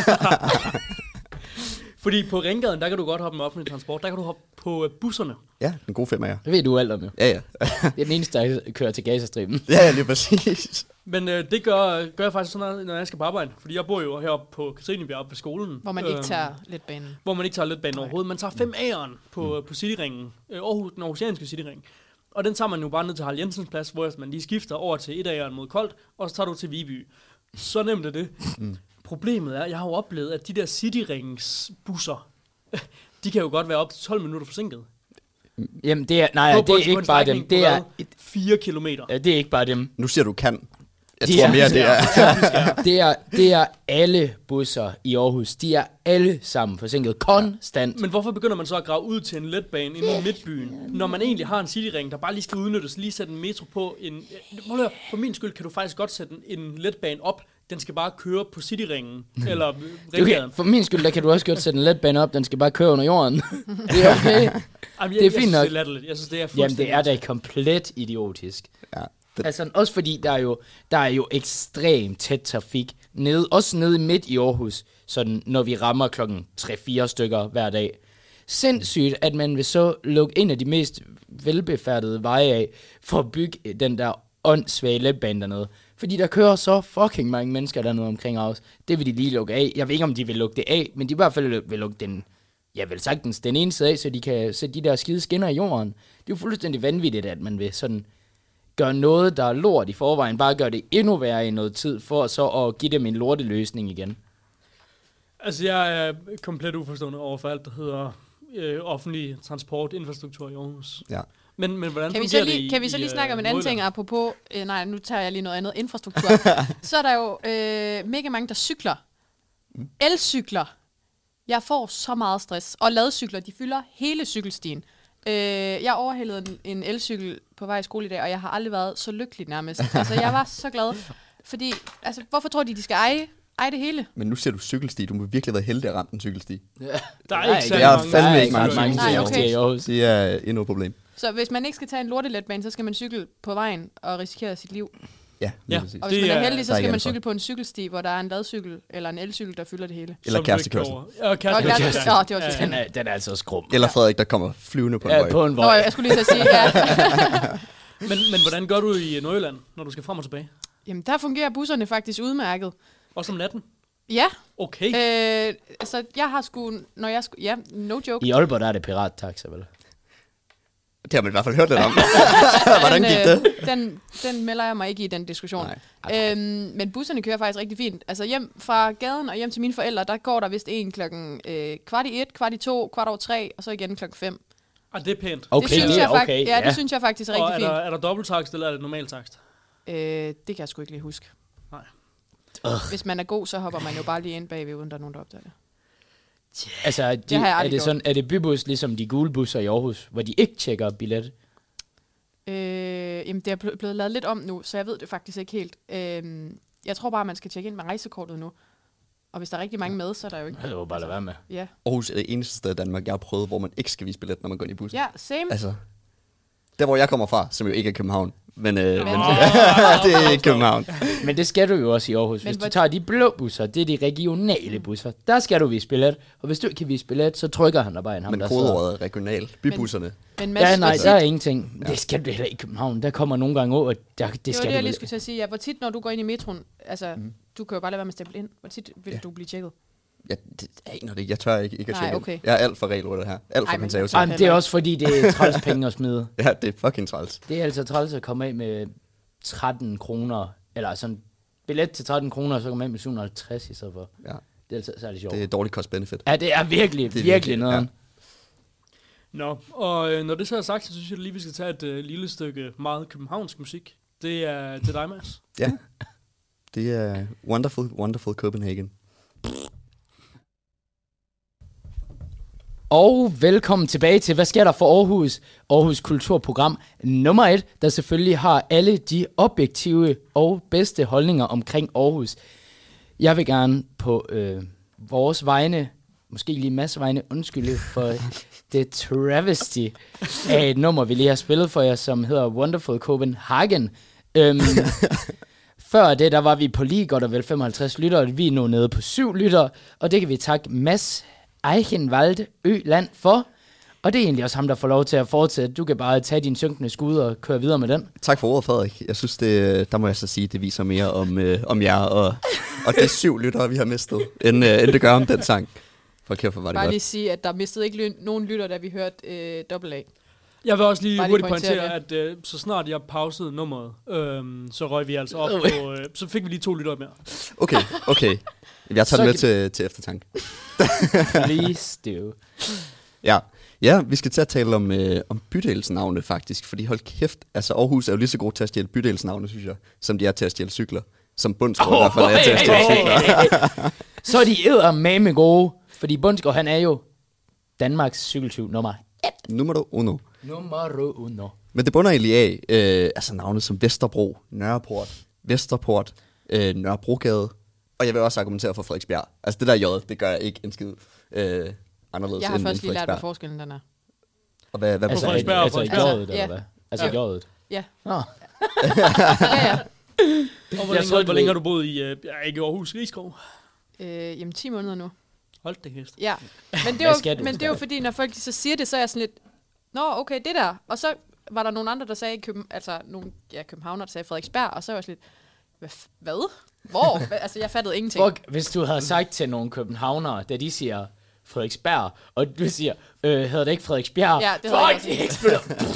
Speaker 2: Fordi på Ringgaden, der kan du godt hoppe med offentlig transport. Der kan du hoppe på uh, busserne.
Speaker 5: Ja, den gode femmer, ja.
Speaker 4: Det ved du alt om, jo.
Speaker 5: Ja, ja.
Speaker 4: Det er den eneste, der kører til Gazastriben.
Speaker 5: Ja, ja, lige præcis.
Speaker 2: Men øh, det gør, gør jeg faktisk sådan noget, når jeg skal på arbejde. Fordi jeg bor jo heroppe på Katrinebjerg oppe ved skolen.
Speaker 3: Hvor man ikke
Speaker 2: Øhm,
Speaker 3: tager letbanen.
Speaker 2: Hvor man ikke tager letbanen overhovedet. Man tager fem A'eren på, mm. på Cityringen. Øh, Aarhus, den aarhusianske Cityring. Og den tager man jo bare ned til Harald Jensens plads, hvor man lige skifter over til et A'eren mod Koldt, og så tager du til Viby. Så nemt er det. Mm. Problemet er, jeg har jo oplevet, at de der Cityrings-busser, de kan jo godt være op til tolv minutter forsinket.
Speaker 4: Jamen, det er, nej,
Speaker 2: På-
Speaker 4: det
Speaker 2: på
Speaker 4: er
Speaker 2: en- på en
Speaker 4: ikke bare dem.
Speaker 2: strækning på
Speaker 4: Det er,
Speaker 2: hvad? fire kilometer.
Speaker 4: ja, det er ikke bare dem.
Speaker 5: Nu siger du kan. Jeg
Speaker 4: De
Speaker 5: tror
Speaker 4: er-
Speaker 5: mere, det er...
Speaker 4: Det er, det er alle busser i Aarhus. De er alle sammen forsinket. Konstant.
Speaker 2: Men hvorfor begynder man så at grave ud til en letbane inde i midtbyen, når man egentlig har en cityring, der bare lige skal udnyttes, lige sætte en metro på en... Prøv at høre, for min skyld kan du faktisk godt sætte en, en letbane op, den skal bare køre på cityringen, eller
Speaker 4: Du
Speaker 2: Ringgaden.
Speaker 4: kan, for min skyld, der kan du også godt sætte en letbane op. Den skal bare køre under jorden. Det er okay.
Speaker 2: Jamen, jeg,
Speaker 4: det er
Speaker 2: jeg
Speaker 4: fint
Speaker 2: synes,
Speaker 4: nok.
Speaker 2: det er latterligt. Jeg synes, det er
Speaker 4: Jamen,
Speaker 2: fuldstændig...
Speaker 4: det er da komplet idiotisk.
Speaker 5: Ja, det,
Speaker 4: Altså, også fordi der er jo, der er jo ekstremt tæt trafik. Nede, også nede midt i Aarhus, sådan, når vi rammer klokken tre fire stykker hver dag. Sindssygt, at man vil så lukke en af de mest velbefærdede veje af, for at bygge den der åndssvage letbane dernede. Fordi der kører så fucking mange mennesker dernede omkring os. Det vil de lige lukke af. Jeg ved ikke, om de vil lukke det af, men de i hvert fald vil lukke den, jeg vil sagtens den ene side af, så de kan sætte de der skide skinner i jorden. Det er jo fuldstændig vanvittigt, at man vil sådan gøre noget, der er lort i forvejen, bare gøre det endnu værre i noget tid, for så at give dem en lorteløsning igen.
Speaker 2: Altså, jeg er komplet uforstående over for alt, der hedder øh, offentlig transportinfrastruktur i Aarhus.
Speaker 5: ja.
Speaker 2: Men, men hvordan
Speaker 3: Kan vi, så
Speaker 2: fungerer det
Speaker 3: lige,
Speaker 2: i,
Speaker 3: kan vi så
Speaker 2: i,
Speaker 3: lige
Speaker 2: øh,
Speaker 3: snakke om en anden
Speaker 2: Nordjylland?
Speaker 3: ting, apropos, øh, nej, nu tager jeg lige noget andet, infrastruktur. Så er der jo øh, mega mange, der cykler. Elcykler. Jeg får så meget stress. Og ladcykler, de fylder hele cykelstien. Øh, jeg overhældede en, en elcykel på vej i skole i dag, og jeg har aldrig været så lykkelig nærmest. Altså, jeg var så glad. Fordi, altså, hvorfor tror de, de skal eje, eje det hele?
Speaker 5: Men nu ser du cykelsti. Du må virkelig være heldig at ramme en cykelsti.
Speaker 2: Der er
Speaker 4: Nej,
Speaker 2: ikke
Speaker 4: det
Speaker 2: særlig
Speaker 5: er
Speaker 2: mange,
Speaker 5: fandme
Speaker 4: Der er
Speaker 5: ikke
Speaker 4: ikke
Speaker 5: mange
Speaker 4: ret mange
Speaker 3: Nej,
Speaker 4: cykelstier
Speaker 3: okay.
Speaker 4: i Aarhus.
Speaker 5: Det er endnu et problem.
Speaker 3: Så hvis man ikke skal tage en lorteletbane, så skal man cykle på vejen og risikere sit liv.
Speaker 5: Ja,
Speaker 2: Ja.
Speaker 5: præcis.
Speaker 3: Og hvis
Speaker 2: Det
Speaker 3: man er
Speaker 2: er-
Speaker 3: heldig, så
Speaker 5: der er
Speaker 3: skal
Speaker 5: ikke
Speaker 3: man
Speaker 5: andet for.
Speaker 3: cykle på en cykelsti, hvor der er en ladcykel eller en elcykel, der fylder det hele.
Speaker 5: Eller
Speaker 2: Som du
Speaker 5: kærestekørsel.
Speaker 2: ikke kan over- Ja,
Speaker 3: Og
Speaker 2: kærestekørsel.
Speaker 3: kæreste- Åh, det var så
Speaker 4: Den er, den er altså skrum.
Speaker 5: Eller Frederik, der kommer flyvende på en
Speaker 4: Ja,
Speaker 5: vej.
Speaker 4: på en
Speaker 3: Nå,
Speaker 4: vej.
Speaker 3: jeg skulle lige til at sige, ja.
Speaker 2: Men, men hvordan gør du i Nordjylland, når du skal frem og tilbage?
Speaker 3: Jamen, der fungerer busserne faktisk udmærket.
Speaker 2: Også om natten?
Speaker 3: Ja,
Speaker 2: Okay.
Speaker 3: øh, altså jeg har sgu, når jeg skulle, ja, no joke.
Speaker 4: I Aalborg der er det pirattaxa, vel?
Speaker 5: Det har man i hvert fald hørt lidt om. Hvordan gik
Speaker 3: den,
Speaker 5: det?
Speaker 3: øh, Den, den melder jeg mig ikke i, den diskussion.
Speaker 5: Nej.
Speaker 3: Øhm, men busserne kører faktisk rigtig fint. Altså hjem fra gaden og hjem til mine forældre, der går der vist en klokken øh, kvart i et, kvart i to, kvart over tre, og så igen klokken fem.
Speaker 2: Ah, det er pænt.
Speaker 4: Okay,
Speaker 3: det synes
Speaker 4: det er
Speaker 3: jeg fakt-
Speaker 4: okay.
Speaker 3: Ja, det synes jeg faktisk er
Speaker 2: Og
Speaker 3: rigtig
Speaker 2: er der,
Speaker 3: fint.
Speaker 2: er der dobbelttakst, eller er det normaltakst?
Speaker 3: Øh, det kan jeg sgu ikke lige huske.
Speaker 2: Nej.
Speaker 4: Ugh.
Speaker 3: Hvis man er god, så hopper man jo bare lige ind bagved, uden der er nogen, der opdager det.
Speaker 4: Altså, de,
Speaker 3: har jeg
Speaker 4: er,
Speaker 3: aldrig
Speaker 4: det sådan, er det bybus ligesom de gule busser i Aarhus, hvor de ikke tjekker billet?
Speaker 3: Øh, jamen, det er ble- blevet lavet lidt om nu, så jeg ved det faktisk ikke helt. Øh, jeg tror bare, man skal tjekke ind med rejsekortet nu. Og hvis der er rigtig mange med, så er der jo ikke...
Speaker 4: Det var bare lade være med.
Speaker 3: Ja,
Speaker 5: Aarhus er det eneste sted i Danmark, jeg har prøvet, hvor man ikke skal vise billet, når man går ind i bussen.
Speaker 3: ja same.
Speaker 5: Altså, der hvor jeg kommer fra, som jo ikke er København, men, øh, men
Speaker 3: Men-
Speaker 5: det er ikke København.
Speaker 4: Men det skal du jo også i Aarhus.
Speaker 3: Men
Speaker 4: Hvis du
Speaker 3: hvor-
Speaker 4: tager de blå busser, det er de regionale busser, der skal du vise billet. Og hvis du ikke kan vise billet, så trykker han dig bare ind. Ham,
Speaker 5: Men
Speaker 4: der sidder.
Speaker 5: kodeordet er regional. Bybusserne.
Speaker 3: Men
Speaker 4: Ja,
Speaker 3: Mads,
Speaker 4: nej,
Speaker 3: hvor tit-
Speaker 4: der er ingenting. Det skal du heller ikke i København. Der kommer nogle gange over, der, det,
Speaker 3: det var
Speaker 4: skal
Speaker 3: det,
Speaker 4: du
Speaker 3: jeg
Speaker 4: vel
Speaker 3: lige
Speaker 4: ikke.
Speaker 3: skulle til at sige. Ja, hvor tit, når du går ind i metroen, altså,
Speaker 5: Mhm.
Speaker 3: mm. du kan jo bare lade være med at stemple ind. Hvor tit vil
Speaker 5: Ja.
Speaker 3: du blive tjekket?
Speaker 5: Ja, det aner det ikke. Jeg tør ikke, ikke at
Speaker 3: Nej,
Speaker 5: tjekke
Speaker 3: okay.
Speaker 5: ind. Jeg er alt for regelrundet her. Alt for
Speaker 3: Ej, men-
Speaker 5: konservativ.
Speaker 4: Ej, men det er også fordi, det er træls penge at smide.
Speaker 5: Ja, det er fucking træls.
Speaker 4: Det er altså træls at komme af med tretten kroner, eller sådan billet til tretten kroner, og så komme af med syv hundrede og halvtreds i stedet for.
Speaker 5: Ja,
Speaker 4: Det er altså særlig sjovt.
Speaker 5: det er dårlig cost-benefit.
Speaker 4: Ja, det er virkelig,
Speaker 5: Det er
Speaker 4: virkelig
Speaker 5: virkelig,
Speaker 4: noget.
Speaker 5: ja.
Speaker 2: Nå, og øh, når det så er sagt, så synes jeg lige, vi skal tage et øh, lille stykke meget københavnsk musik. Det er til dig, Mads.
Speaker 5: Ja. Det er wonderful, wonderful Copenhagen.
Speaker 4: Og velkommen tilbage til, hvad sker der for Aarhus? Aarhus Kulturprogram nummer et, der selvfølgelig har alle de objektive og bedste holdninger omkring Aarhus. Jeg vil gerne på øh, vores vegne, måske lige Mads vegne, undskylde for det travesty af et nummer, vi lige har spillet for jer, som hedder Wonderful Copenhagen. Øhm, før det, der var vi på lige godt og vel femoghalvtreds lytter, vi er nu nede på syv lytter, og det kan vi takke Mads Eichenwald Øland for. Og det er egentlig også ham, der får lov til at fortsætte. Du kan bare tage din synkende skud og køre videre med den.
Speaker 5: Tak for ordet, Frederik. Jeg synes, det, der må jeg så sige, det viser mere om, øh, om jer og, og de syv lyttere, vi har mistet, end, øh, end det gør om den sang. For kæft, hvor var det
Speaker 3: Bare
Speaker 5: godt.
Speaker 3: lige sige, at der mistede ikke ly- nogen lytter, da vi hørte øh, dobbelt A.
Speaker 2: Jeg vil også lige
Speaker 3: Bare lige
Speaker 2: hurtigt
Speaker 3: pointere
Speaker 2: pointere, at øh, så snart jeg pausede nummeret, øh, så røg vi altså op
Speaker 4: Øh.
Speaker 2: på, øh, så fik vi lige to lyttere mere.
Speaker 5: Okay, okay. Jeg tager
Speaker 4: Så
Speaker 5: det med
Speaker 4: kan-
Speaker 5: til, til eftertanke.
Speaker 4: Please do.
Speaker 5: Ja. Ja, vi skal til at tale om, øh, om bydelsnavne faktisk, fordi hold kæft, altså Aarhus er jo lige så god til at stjæle bydelsnavne, synes jeg, som de er til at stjæle cykler. Som Bundsgaard oh, i hvert fald er til at stjæle cykler.
Speaker 4: Så er de eddermame gode, fordi Bundsgaard, han er jo Danmarks cykeltyv nummer
Speaker 5: Nummer uno.
Speaker 4: nummer uno.
Speaker 5: Men det bunder egentlig af, øh, altså navne som Vesterbro, Nørreport, Vesterport, øh, Nørrebrogade, og jeg vil også argumentere for Frederiksbjerg. Altså det der J, det gør jeg ikke en skid øh, anderledes
Speaker 3: Jeg har
Speaker 5: end,
Speaker 3: først
Speaker 5: end
Speaker 3: lige lært, hvad
Speaker 5: Frederiksberg.
Speaker 3: forskellen den er.
Speaker 5: Og hvad, hvad
Speaker 4: Altså,
Speaker 5: på
Speaker 2: Frederiksberg og
Speaker 4: altså
Speaker 2: Frederiksberg.
Speaker 4: J'et, eller
Speaker 3: Ja.
Speaker 4: hvad? Altså
Speaker 3: Ja.
Speaker 4: J'et.
Speaker 3: Ja.
Speaker 4: Nå.
Speaker 3: Ja, ja.
Speaker 2: Og hvor
Speaker 4: Jeg
Speaker 2: længe,
Speaker 4: troede,
Speaker 2: hvor
Speaker 4: du
Speaker 2: længe
Speaker 4: ved-
Speaker 2: har du boet i, øh, ja, ikke i Aarhus, Rigskov?
Speaker 3: Øh, jamen ti måneder nu.
Speaker 2: Hold det kæft.
Speaker 3: Ja. Men det,
Speaker 4: Hvad
Speaker 3: var,
Speaker 4: skal du?
Speaker 3: men det er jo fordi, når folk så siger det, så er jeg sådan lidt, nå, okay, det der. Og så var der nogle andre, der sagde, Køben, altså nogle ja, københavner, der sagde Frederiksberg, og så var jeg sådan lidt, hvad? f- hvad? Hvor? Hva- altså, jeg fattede ingenting.
Speaker 4: Fuck, hvis du havde sagt til nogle københavnere, da de siger Frederiksberg, og du siger, øh, hedder det ikke Frederiksbjerg?
Speaker 3: Ja, det havde jeg
Speaker 4: Fuck, det eksploderer.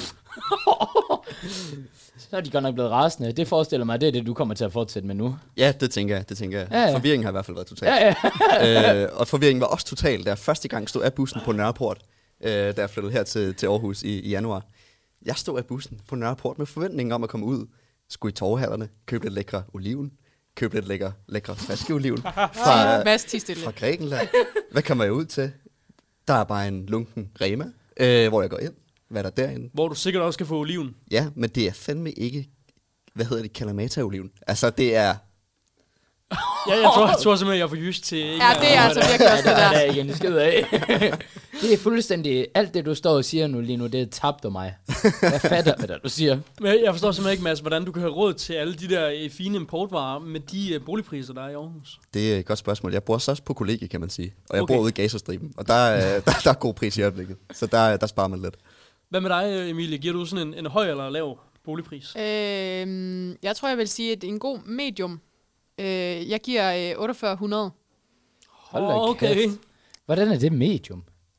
Speaker 4: Så er de godt nok blevet rasende. Det forestiller mig, det er det, du kommer til at fortsætte med nu.
Speaker 5: Ja, det tænker jeg, det tænker jeg.
Speaker 4: Ja, ja.
Speaker 5: Forvirringen har i hvert fald været total.
Speaker 4: Ja, ja.
Speaker 5: øh, og forvirringen var også total, da jeg første gang stod af bussen på Nørreport, øh, da jeg flyttede her til, til Aarhus i, i januar. Jeg stod af bussen på Nørreport med forventningen om at komme ud, skulle i torvehallerne, købe lidt lækre oliven, købe lidt lækre, lækre friske oliven fra,
Speaker 3: Mads, ti stille.
Speaker 5: fra Grækenland. Hvad kommer jeg ud til? Der er bare en lunken Rema, øh, hvor jeg går ind. Hvad er der derinde?
Speaker 2: Hvor du sikkert også kan få oliven.
Speaker 5: Ja, men det er fandme ikke, hvad hedder det, Kalamata-oliven. Altså, det er
Speaker 2: Ja, jeg tror, jeg tror simpelthen, jeg er for jysk til...
Speaker 3: Ja, det er altså virkelig også det
Speaker 4: Ja,
Speaker 3: der.
Speaker 4: det er igen skid af. Det er fuldstændig... Alt det, du står og siger nu lige nu, det er tabt af mig. Jeg fatter, hvad der du siger.
Speaker 2: Men jeg forstår simpelthen ikke, Mads, hvordan du kan have råd til alle de der øh, fine importvarer med de øh, boligpriser, der er i Aarhus.
Speaker 5: Det er et godt spørgsmål. Jeg bor så også på kollegie, kan man sige. Og jeg
Speaker 2: Okay.
Speaker 5: bor ude i Gazastriben. Og der, er- der, der er god pris i øjeblikket. Så der, der sparer man lidt.
Speaker 2: Hvad med dig, Emilie? Giver du sådan en, en høj eller lav boligpris?
Speaker 3: Øhm, jeg tror, jeg vil sige, at det er en god medium. Øh, jeg giver øh, otteogfyrre hundrede.
Speaker 4: Hold da
Speaker 2: okay.
Speaker 4: kæft. Hvordan er det medium?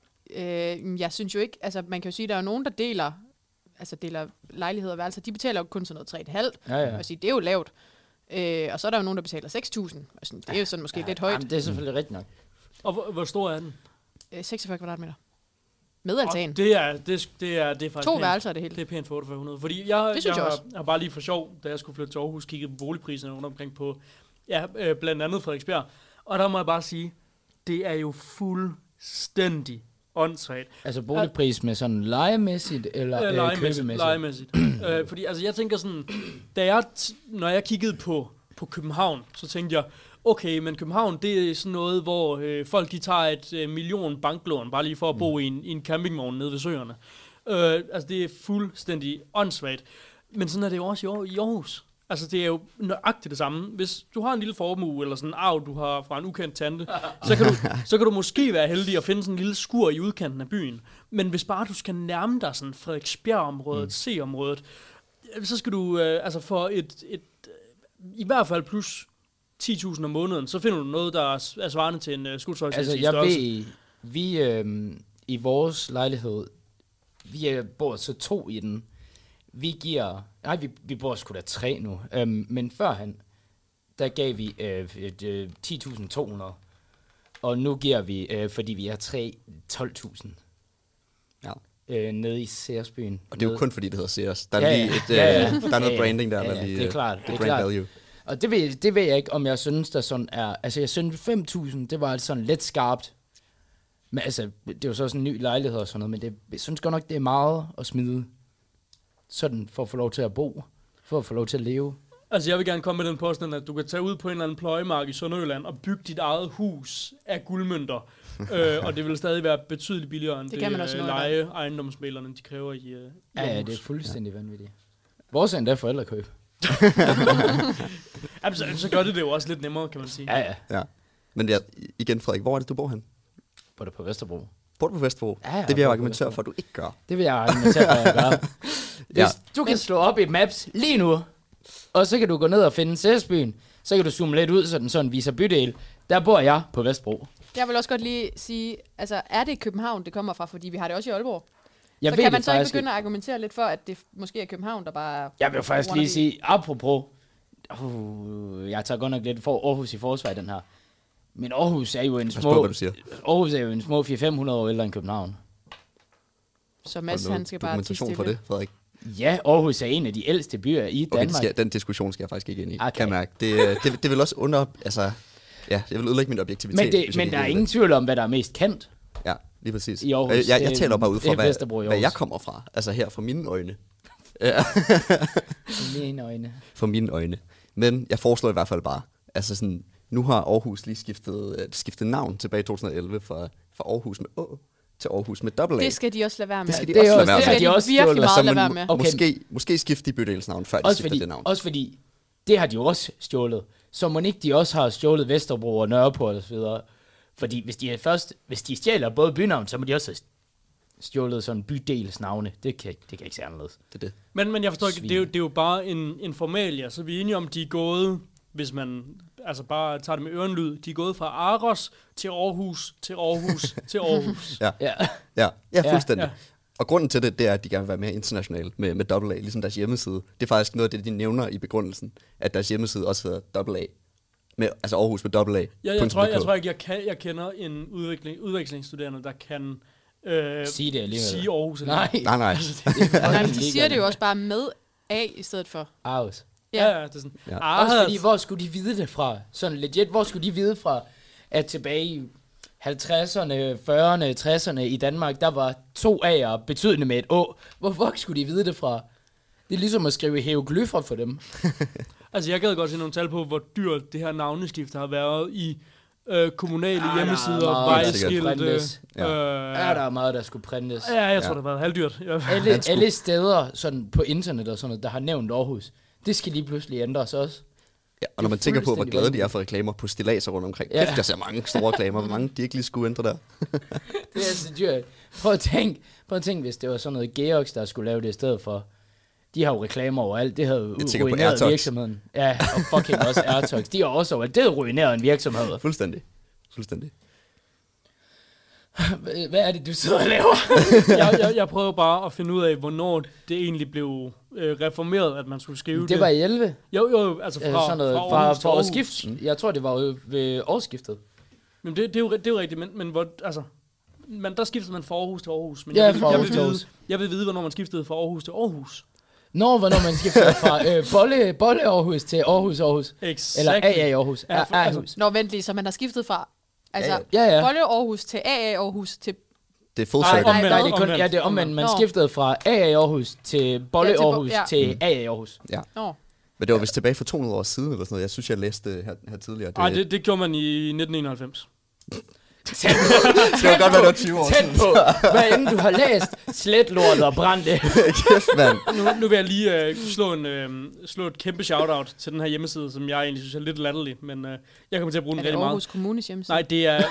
Speaker 3: Øh, jeg synes jo ikke, altså man kan jo sige, at der er jo nogen, der deler, altså deler lejligheder og værelser. De betaler jo kun sådan noget tre komma fem.
Speaker 4: Ja, ja.
Speaker 3: Og sige, det er jo lavt. Øh, og så er der jo nogen, der betaler seks tusind. Og sådan, det er jo sådan måske
Speaker 4: ja,
Speaker 3: lidt højt.
Speaker 4: Jamen, det er selvfølgelig rigtigt nok.
Speaker 2: Og hvor, hvor stor er den?
Speaker 3: Øh, seksogfyrre kvadratmeter. Med altan.
Speaker 2: Og det er, det, det er, det er faktisk
Speaker 3: To
Speaker 2: pænt.
Speaker 3: værelser er det hele.
Speaker 2: Det er pænt for otteogfyrre hundrede. Fordi jeg,
Speaker 3: Det synes
Speaker 2: jeg,
Speaker 3: jeg
Speaker 2: har,
Speaker 3: også.
Speaker 2: har bare lige for sjov, da jeg skulle flytte til Aarhus, kigget på boligpriserne rundt omkring på, ja, øh, blandt andet Frederiksberg. Og der må jeg bare sige, det er jo fuldstændig åndssvagt.
Speaker 4: Altså boligpris med sådan legemæssigt eller
Speaker 2: Øh,
Speaker 4: øh,
Speaker 2: Legemæssigt.
Speaker 4: købemæssigt?
Speaker 2: legemæssigt. øh, fordi altså, jeg tænker sådan, da jeg, t- når jeg kiggede på, på København, så tænkte jeg, okay, men København, det er sådan noget, hvor øh, folk de tager et øh, million banklån, bare lige for at bo mm. i, en, i en campingvogn nede ved søerne. Øh, altså, det er fuldstændig åndssvagt. Men sådan er det jo også i, Aar- i Aarhus. Altså, det er jo nøjagtigt det samme. Hvis du har en lille formue, eller sådan en arv, du har fra en ukendt tante, så kan, du, så kan du måske være heldig at finde sådan en lille skur i udkanten af byen. Men hvis bare du skal nærme dig sådan Frederiksbjerg-området, mm. C-området, så skal du, øh, altså for et, et, i hvert fald plus ti tusind om måneden, så finder du noget, der er, er svarende til en uh, skuldtøjs.
Speaker 4: Altså, jeg ved, vi øh, i vores lejlighed, vi er, bor så to i den. Vi giver, nej, vi, vi bor sgu da tre nu, øhm, men førhen, der gav vi øh, et, øh, ti tusind to hundrede, og nu giver vi, øh, fordi vi er tre, tolv tusind.
Speaker 5: Ja.
Speaker 4: Øh, nede i Seersbyen.
Speaker 5: Og det er jo
Speaker 4: Nede-
Speaker 5: kun fordi, det hedder Sears. Der er,
Speaker 4: Ja,
Speaker 5: lige
Speaker 4: ja.
Speaker 5: et, øh,
Speaker 4: Ja, ja.
Speaker 5: der er noget
Speaker 4: Ja, ja.
Speaker 5: branding der.
Speaker 4: Ja,
Speaker 5: der
Speaker 4: ja,
Speaker 5: lige,
Speaker 4: det er klart,
Speaker 5: øh,
Speaker 4: det er
Speaker 5: brand
Speaker 4: klart.
Speaker 5: value.
Speaker 4: Og det ved, det ved jeg ikke, om jeg synes, der sådan er... Altså, jeg synes fem tusind, det var sådan lidt skarpt. Men altså, det er jo så sådan en ny lejlighed og sådan noget, men det, jeg synes godt nok, det er meget at smide sådan for at få lov til at bo, for at få lov til at leve.
Speaker 2: Altså, jeg vil gerne komme med den påstand, at du kan tage ud på en eller anden pløjemark i Sønderjylland og bygge dit eget hus af guldmønter. øh, og det vil stadig være betydeligt billigere end
Speaker 3: Det
Speaker 2: det,
Speaker 3: kan man også
Speaker 2: øh,
Speaker 3: nå i
Speaker 2: leje ejendomsmælerne, de kræver i, øh, i
Speaker 4: Ja, ja,
Speaker 2: Aarhus.
Speaker 4: det er fuldstændig ja. vanvittigt. Vores er endda forældrekøb.
Speaker 2: Jamen, så, så gør det det jo også lidt nemmere, kan man sige.
Speaker 4: Ja, ja.
Speaker 5: Ja. Men ja, igen, Frederik, hvor er det, du bor hen?
Speaker 4: På det på Vesterbro.
Speaker 5: Bor du på Vesterbro?
Speaker 4: Ja, jeg
Speaker 5: det vil jeg
Speaker 4: bor på
Speaker 5: argumentere
Speaker 4: Vesterbro.
Speaker 5: for, at du ikke gør.
Speaker 4: Det vil jeg argumentere for, at jeg gør. Hvis
Speaker 5: Ja.
Speaker 4: du kan slå op i Maps lige nu, og så kan du gå ned og finde Seersbyen, så kan du zoome lidt ud, så den sådan viser bydel. Der bor jeg på Vesterbro.
Speaker 3: Jeg vil også godt lige sige, altså er det København, det kommer fra, fordi vi har det også i Aalborg.
Speaker 4: Jeg
Speaker 3: så
Speaker 4: ved
Speaker 3: kan man
Speaker 4: det
Speaker 3: så ikke
Speaker 4: faktisk
Speaker 3: begynde at argumentere lidt for, at det måske er København, der bare er...
Speaker 4: Jeg vil faktisk lige
Speaker 3: wannabe.
Speaker 4: sige, apropos, uh, jeg tager godt nok lidt for Aarhus i forsvar i den her, men Aarhus er jo en
Speaker 5: Pas på,
Speaker 4: små,
Speaker 5: hvad du siger.
Speaker 4: Aarhus er jo en små fire til fem hundrede år ældre end København.
Speaker 3: Så
Speaker 5: Har
Speaker 3: Mads,
Speaker 5: du noget
Speaker 3: han skal bare
Speaker 5: dokumentation
Speaker 3: tige
Speaker 5: for
Speaker 3: stille.
Speaker 5: det, Frederik?
Speaker 4: Ja, Aarhus er en af de ældste byer i
Speaker 5: Okay, det
Speaker 4: Danmark.
Speaker 5: skal, den diskussion skal jeg faktisk ikke ind i.
Speaker 4: Okay.
Speaker 5: Kan jeg mærke. Det, øh, det, det vil også under... Altså, ja, det vil ødelægge min objektivitet.
Speaker 4: Men, det,
Speaker 5: hvis jeg
Speaker 4: men
Speaker 5: gik
Speaker 4: der er
Speaker 5: ind i
Speaker 4: ingen
Speaker 5: det.
Speaker 4: tvivl om, hvad der er mest kendt.
Speaker 5: Ja, lige præcis.
Speaker 4: I Aarhus,
Speaker 5: Øh, jeg, jeg
Speaker 4: det-
Speaker 5: taler bare ud
Speaker 4: det
Speaker 5: fra,
Speaker 4: er
Speaker 5: hvad,
Speaker 4: Vesterbro i
Speaker 5: hvad jeg
Speaker 4: Aarhus.
Speaker 5: kommer fra. Altså her, fra mine øjne. Ja,
Speaker 4: I mine øjne.
Speaker 5: fra mine øjne. Men jeg foreslår i hvert fald bare, altså sådan, nu har Aarhus lige skiftet, øh, skiftet navn tilbage i to tusind og elleve fra, fra Aarhus med Å til Aarhus med dobbelt A.
Speaker 3: Det skal de også lade være med.
Speaker 5: Det skal de
Speaker 4: det er
Speaker 5: også
Speaker 4: også-
Speaker 5: lade være
Speaker 3: det
Speaker 5: med.
Speaker 3: skal de også
Speaker 4: stjålet.
Speaker 3: virkelig meget
Speaker 5: Så
Speaker 3: lade
Speaker 5: man
Speaker 3: være
Speaker 5: må-
Speaker 3: med.
Speaker 4: Okay.
Speaker 5: Måske, måske skifte de bydelsnavn, før de
Speaker 4: Også
Speaker 5: skifter
Speaker 4: fordi,
Speaker 5: det navn.
Speaker 4: også fordi, det har de jo også stjålet. Så må ikke de også har stjålet Vesterbro og Nørreport og så videre. Fordi hvis de er først, hvis de stjæler både bynavn, så må de også have stjålet sådan bydelsnavne. Det kan, det kan ikke se anderledes.
Speaker 5: Det er det.
Speaker 2: Men, men jeg forstår ikke,
Speaker 4: Svin.
Speaker 2: det er, jo, det er jo bare en, en formalia, så vi er enige om, de er gået, hvis man altså bare tager det med ørenlyd, de er gået fra Aros til Aarhus, til Aarhus, til Aarhus.
Speaker 5: Ja.
Speaker 4: Ja.
Speaker 5: Ja, ja, fuldstændig.
Speaker 2: Ja.
Speaker 5: Ja. Og grunden til det, det er, at de gerne vil være mere internationale med, med dobbelt A, ligesom deres hjemmeside. Det er faktisk noget af det, de nævner i begrundelsen, at deres hjemmeside også hedder dobbelt A. Med, altså Aarhus med dobbelt A.
Speaker 2: Ja, jeg, tror, jeg tror ikke, jeg, kan, jeg kender en udvikling, udvekslingsstuderende, der kan øh,
Speaker 4: Sige det alligevel.
Speaker 2: sige Aarhus. eller-
Speaker 4: Nej.
Speaker 5: Nej, nej.
Speaker 3: Nej, men de siger det jo også bare med A i stedet for.
Speaker 4: Aarhus.
Speaker 2: Ja, ja, det er sådan.
Speaker 5: Ja.
Speaker 2: Ah,
Speaker 4: Også fordi, hvor skulle de vide det fra? Sådan legit, hvor skulle de vide fra, at tilbage i halvtredserne, fyrrerne, tresserne i Danmark, der var to A'er betydende med et Å. Hvorfor skulle de vide det fra? Det er ligesom at skrive hieroglyffer for dem.
Speaker 2: Altså, jeg gad godt se nogle tal på, hvor dyrt det her navneskift har været i øh, kommunale
Speaker 4: Ja,
Speaker 2: hjemmesider,
Speaker 4: meget,
Speaker 2: vejskilte.
Speaker 4: Ja.
Speaker 2: Øh,
Speaker 4: Ja, der er meget, der skulle printes.
Speaker 2: ja, jeg tror,
Speaker 5: Ja.
Speaker 2: det har været halvdyrt. Ja.
Speaker 4: Alle, alle steder sådan på internet og sådan noget, der har nævnt Aarhus, det skal lige pludselig ændres også.
Speaker 5: Ja, og når man
Speaker 4: Det er
Speaker 5: tænker på, hvor
Speaker 4: fuldstændig
Speaker 5: glade de er
Speaker 4: vanvittigt.
Speaker 5: for reklamer på stillaser rundt omkring.
Speaker 4: Ja.
Speaker 5: Kæft, jeg ser mange store reklamer. Hvor mange de ikke lige skulle ændre der.
Speaker 4: Det er så dyrt. Prøv at tænke, prøv at tænke, hvis det var sådan noget Geox, der skulle lave det i stedet for. De har jo reklamer overalt. Det havde jo
Speaker 5: Jeg tænker på
Speaker 4: ruineret
Speaker 5: Airtox.
Speaker 4: virksomheden. Ja, og fucking også Airtox. De har også overalt. Det havde ruineret en virksomhed.
Speaker 5: Fuldstændig. Fuldstændig.
Speaker 4: Hvad hvad er det, du sidder og laver?
Speaker 2: jeg, jeg, jeg prøver bare at finde ud af, hvornår det egentlig blev øh, reformeret, at man skulle skrive det.
Speaker 4: Det var i elleve.
Speaker 2: Jo, jo, altså fra,
Speaker 4: Eller sådan noget,
Speaker 2: fra
Speaker 4: fra,
Speaker 2: Aarhus til
Speaker 4: fra
Speaker 2: Aarhus.
Speaker 4: årsskift. Jeg tror, det var jo ved årsskiftet.
Speaker 2: Men det, det, er jo, det er jo rigtigt, men, men hvor, altså, man, der skiftede man fra Aarhus til Aarhus. Men
Speaker 4: Ja,
Speaker 2: jeg, vil,
Speaker 4: fra
Speaker 2: jeg,
Speaker 4: Aarhus
Speaker 2: vil
Speaker 4: til
Speaker 2: vide,
Speaker 4: Aarhus.
Speaker 2: jeg vil vide, hvornår man skiftede fra Aarhus til Aarhus.
Speaker 4: Når, hvornår man skifter fra øh, Bolle, Bolle Aarhus til Aarhus Aarhus.
Speaker 2: Exactly.
Speaker 4: Eller A A Aarhus.
Speaker 2: Ja, for-
Speaker 4: Aarhus.
Speaker 3: Nå, vent lige, så man har skiftet fra altså,
Speaker 5: Ja,
Speaker 4: Ja, ja.
Speaker 3: Bolle Aarhus til A A Aarhus til...
Speaker 5: Det er full
Speaker 4: Nej,
Speaker 5: circle.
Speaker 4: nej,
Speaker 2: omvendt,
Speaker 4: nej, det er kun,
Speaker 2: omvendt,
Speaker 4: ja, det er omvendt. Man
Speaker 3: Nå.
Speaker 4: skiftede fra A A Aarhus til Bolle
Speaker 3: Ja, til Bo-
Speaker 4: Aarhus
Speaker 3: ja.
Speaker 4: til A A Aarhus.
Speaker 3: Nå,
Speaker 5: Men det var vist tilbage for to hundrede år siden, eller sådan noget. Jeg synes, jeg læste det her, her tidligere.
Speaker 2: Nej, det, det gjorde man i nitten enoghalvfems.
Speaker 5: det kan godt være, det var tyve år
Speaker 4: Tæt
Speaker 5: siden.
Speaker 4: på. Hvad end du har læst, slet lort og brænd det.
Speaker 5: Kæft, mand.
Speaker 2: Nu, nu vil jeg lige øh, slå, en, øh, slå et kæmpe shout-out til den her hjemmeside, som jeg egentlig synes er lidt latterlig, men øh, jeg kommer til at bruge
Speaker 3: er
Speaker 2: den
Speaker 3: det
Speaker 2: rigtig meget.
Speaker 3: Aarhus Kommunes hjemmeside?
Speaker 2: Nej, det er...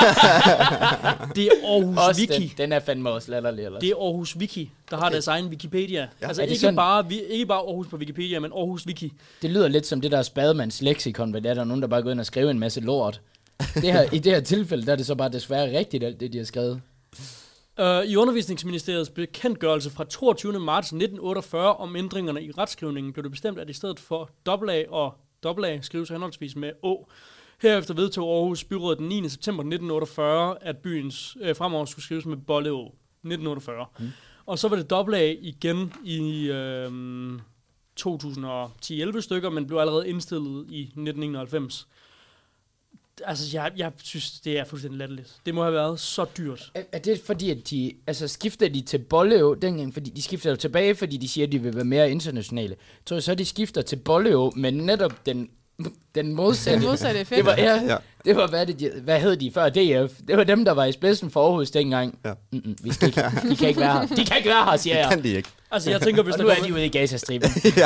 Speaker 2: det er Aarhus
Speaker 4: Også
Speaker 2: Wiki.
Speaker 4: den, den er fandme også latterlig. Ellers.
Speaker 2: Det er Aarhus Wiki, der har deres egen Wikipedia. Ja. Altså
Speaker 4: Er det
Speaker 2: ikke
Speaker 4: sådan-
Speaker 2: bare, vi, ikke bare Aarhus på Wikipedia, men Aarhus Wiki.
Speaker 4: Det lyder lidt som det der Spademands leksikon, hvor der er der nogen, der bare går ind og skriver en masse lort. Det her, I det her tilfælde, der er det så bare desværre rigtigt, alt det, de har skrevet.
Speaker 2: Uh, I Undervisningsministeriets bekendtgørelse fra toogtyvende marts nitten otteogfyrre om ændringerne i retskrivningen blev det bestemt, at i stedet for A og A skrives henholdsvis med Å. Herefter vedtog Aarhus Byråd den niende september nitten otteogfyrre, at byens øh, fremover skulle skrives med Bolle Å. nitten otteogfyrre. Mm. Og så var det A igen i øh, to tusind og ti elleve stykker, men blev allerede indstillet i nitten enoghalvfems. Altså, jeg, jeg synes, det er fuldstændig latterligt. Det må have været så dyrt.
Speaker 4: Er, er det fordi, at de, altså skifter de til Bolle dengang, fordi de skifter jo tilbage, fordi de siger, at de vil være mere internationale. Jeg tror så, de skifter til Bolle men netop den, den modsatte.
Speaker 3: Den modsatte effekt.
Speaker 4: Det var, ja,
Speaker 5: Ja.
Speaker 4: det var hvad, det, de, hvad hed de før D F? Det var dem, der var i spidsen for Aarhus dengang.
Speaker 5: Ja.
Speaker 4: Mm-mm, vi skal ikke, de kan ikke være her. De kan ikke være her, siger
Speaker 5: Det
Speaker 4: jeg.
Speaker 5: kan de ikke.
Speaker 2: Altså, jeg tænker, hvis
Speaker 4: Og
Speaker 2: der
Speaker 4: nu er
Speaker 2: kommer-
Speaker 4: de ude i Gazastriben.
Speaker 5: Ja.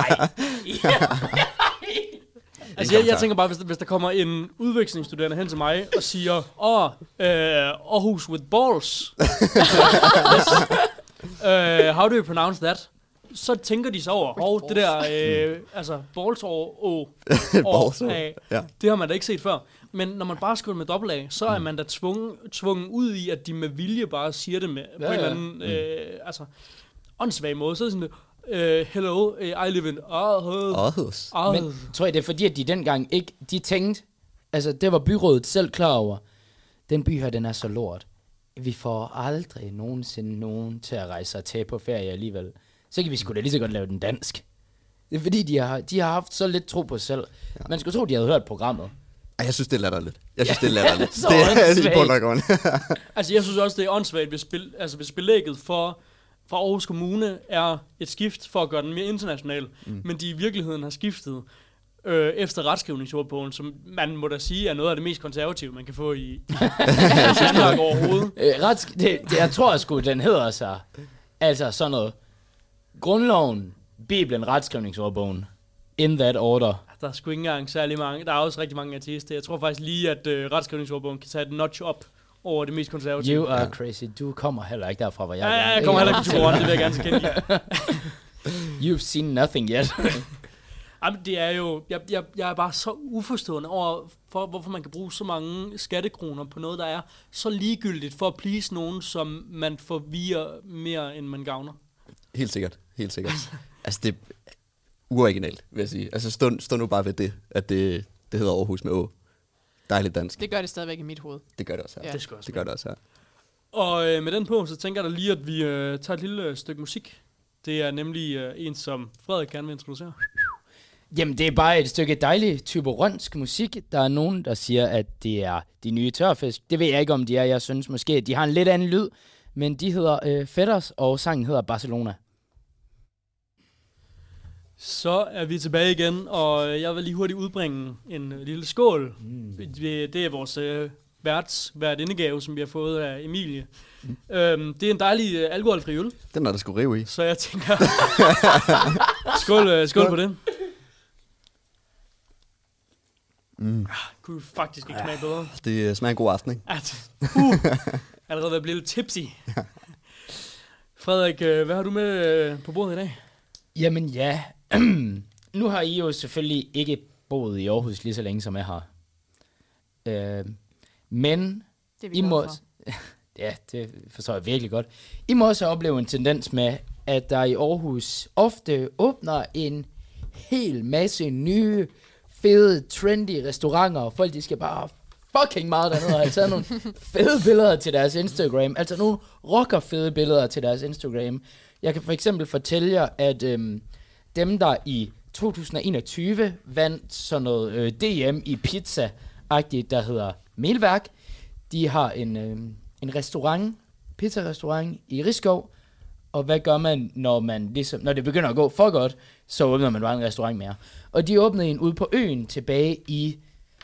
Speaker 2: Altså, jeg, jeg tænker bare, hvis der, hvis der kommer en udvekslingsstuderende hen til mig og siger, åh, øh, Aarhus with balls. Yes. uh, how do you pronounce that? Så tænker de så over, og det der, øh, altså, balls over å,
Speaker 5: Balls over,
Speaker 2: A,
Speaker 5: ja.
Speaker 2: det har man da ikke set før. Men når man bare skriver med dobbelt A, så er man da tvungen, tvungen ud i, at de med vilje bare siger det med,
Speaker 4: Ja,
Speaker 2: på en eller
Speaker 4: ja.
Speaker 2: anden, øh, altså, åndssvag måde. Så er det sådan, Uh, hello, uh, I live in Aarhus.
Speaker 5: Aarhus.
Speaker 2: Aarhus.
Speaker 4: Men tror jeg, det er fordi, at de dengang ikke, de tænkte, altså det var byrådet selv klar over, den by her, den er så lort. Vi får aldrig nogensinde nogen til at rejse og tage på ferie alligevel. Så kan vi sgu da lige så godt lave den dansk. Det er fordi, de har, de har haft så lidt tro på sig selv. Ja. Man skulle tro, de havde hørt programmet.
Speaker 5: Ej, jeg synes, det er latterligt. Jeg synes, det er latterligt.
Speaker 4: Så
Speaker 5: det er i
Speaker 4: åndssvagt.
Speaker 5: bund og grund.
Speaker 2: Altså, jeg synes også, det er åndssvagt, hvis, spil, altså, hvis belægget for, for Aarhus Kommune er et skift for at gøre den mere international, mm. men de i virkeligheden har skiftet øh, efter retskrivningsordbogen, som man må da sige er noget af det mest konservative, man kan få i, i Danmark overhovedet.
Speaker 4: Øh, ret, det, det, jeg tror sgu, den hedder sig, altså sådan noget, Grundloven, Bibelen, retskrivningsordbogen, in that order.
Speaker 2: Der er sgu ikke engang særlig mange. Der er også rigtig mange ateister. Jeg tror faktisk lige, at øh, retskrivningsordbogen kan tage et notch op over det mest konservative.
Speaker 4: You are crazy. Du kommer heller ikke derfra, hvor jeg
Speaker 2: Ja, ja,
Speaker 4: er.
Speaker 2: jeg kommer heller ikke til Turen, det vil jeg gerne tilkendegive.
Speaker 4: You've seen nothing yet.
Speaker 2: Jamen, det er jo, jeg, jeg, jeg er bare så uforstående over, for, hvorfor man kan bruge så mange skattekroner på noget, der er så ligegyldigt for at please nogen, som man forvirrer mere, end man gavner.
Speaker 5: Helt sikkert. Helt sikkert. Altså, det er uoriginalt, vil jeg sige. Altså, stå, stå nu bare ved det, at det, det hedder Aarhus med Å. Dejligt dansk.
Speaker 3: Det gør det stadigvæk i mit hoved.
Speaker 5: Det gør det også her.
Speaker 3: Ja.
Speaker 2: Det skal også
Speaker 5: Det gør det også her.
Speaker 2: Og øh, med den på, så tænker jeg da lige, at vi øh, tager et lille øh, stykke musik. Det er nemlig øh, en, som Frederik gerne vil introducere.
Speaker 4: Jamen, det er bare et stykke dejlig typerønsk musik. Der er nogen, der siger, at det er de nye tørfisk. Det ved jeg ikke, om de er. Jeg synes måske, at de har en lidt anden lyd. Men de hedder øh, Fetters, og sangen hedder Barcelona.
Speaker 2: Så er vi tilbage igen, og jeg vil lige hurtigt udbringe en lille skål. Mm. Det er vores øh, værts værtindegave, som vi har fået af Emilie. Mm. Øhm, det er en dejlig øh, alkoholfri øl.
Speaker 5: Den er der sgu rive i.
Speaker 2: Så jeg tænker, skål, øh, skål, skål på den.
Speaker 5: Mm.
Speaker 2: Ah, kunne faktisk ikke smage bedre.
Speaker 5: Det smager en god aften, ikke?
Speaker 2: At, uh, allerede ved at blive lidt tipsy. Frederik, øh, hvad har du med øh, på bordet i dag?
Speaker 4: Jamen ja, nu har I jo selvfølgelig ikke boet i Aarhus lige så længe, som jeg har. Øh, men
Speaker 3: Det er vi
Speaker 4: I må...
Speaker 3: glade for.
Speaker 4: Ja, det forstår jeg virkelig godt. I må også opleve en tendens med, at der i Aarhus ofte åbner en hel masse nye, fede, trendy restauranter, og folk de skal bare fucking meget dernede og have taget nogle fede billeder til deres Instagram. Altså nogle rocker fede billeder til deres Instagram. Jeg kan for eksempel fortælle jer, at øhm, dem, der i to tusind og enogtyve vandt sådan noget øh, D M i pizza-agtigt, der hedder Melværk, de har en, øh, en restaurant, pizza-restaurant i Rigskov, og hvad gør man, når man ligesom, når det begynder at gå for godt, så åbner man bare en restaurant mere. Og de åbnede en ude på øen tilbage i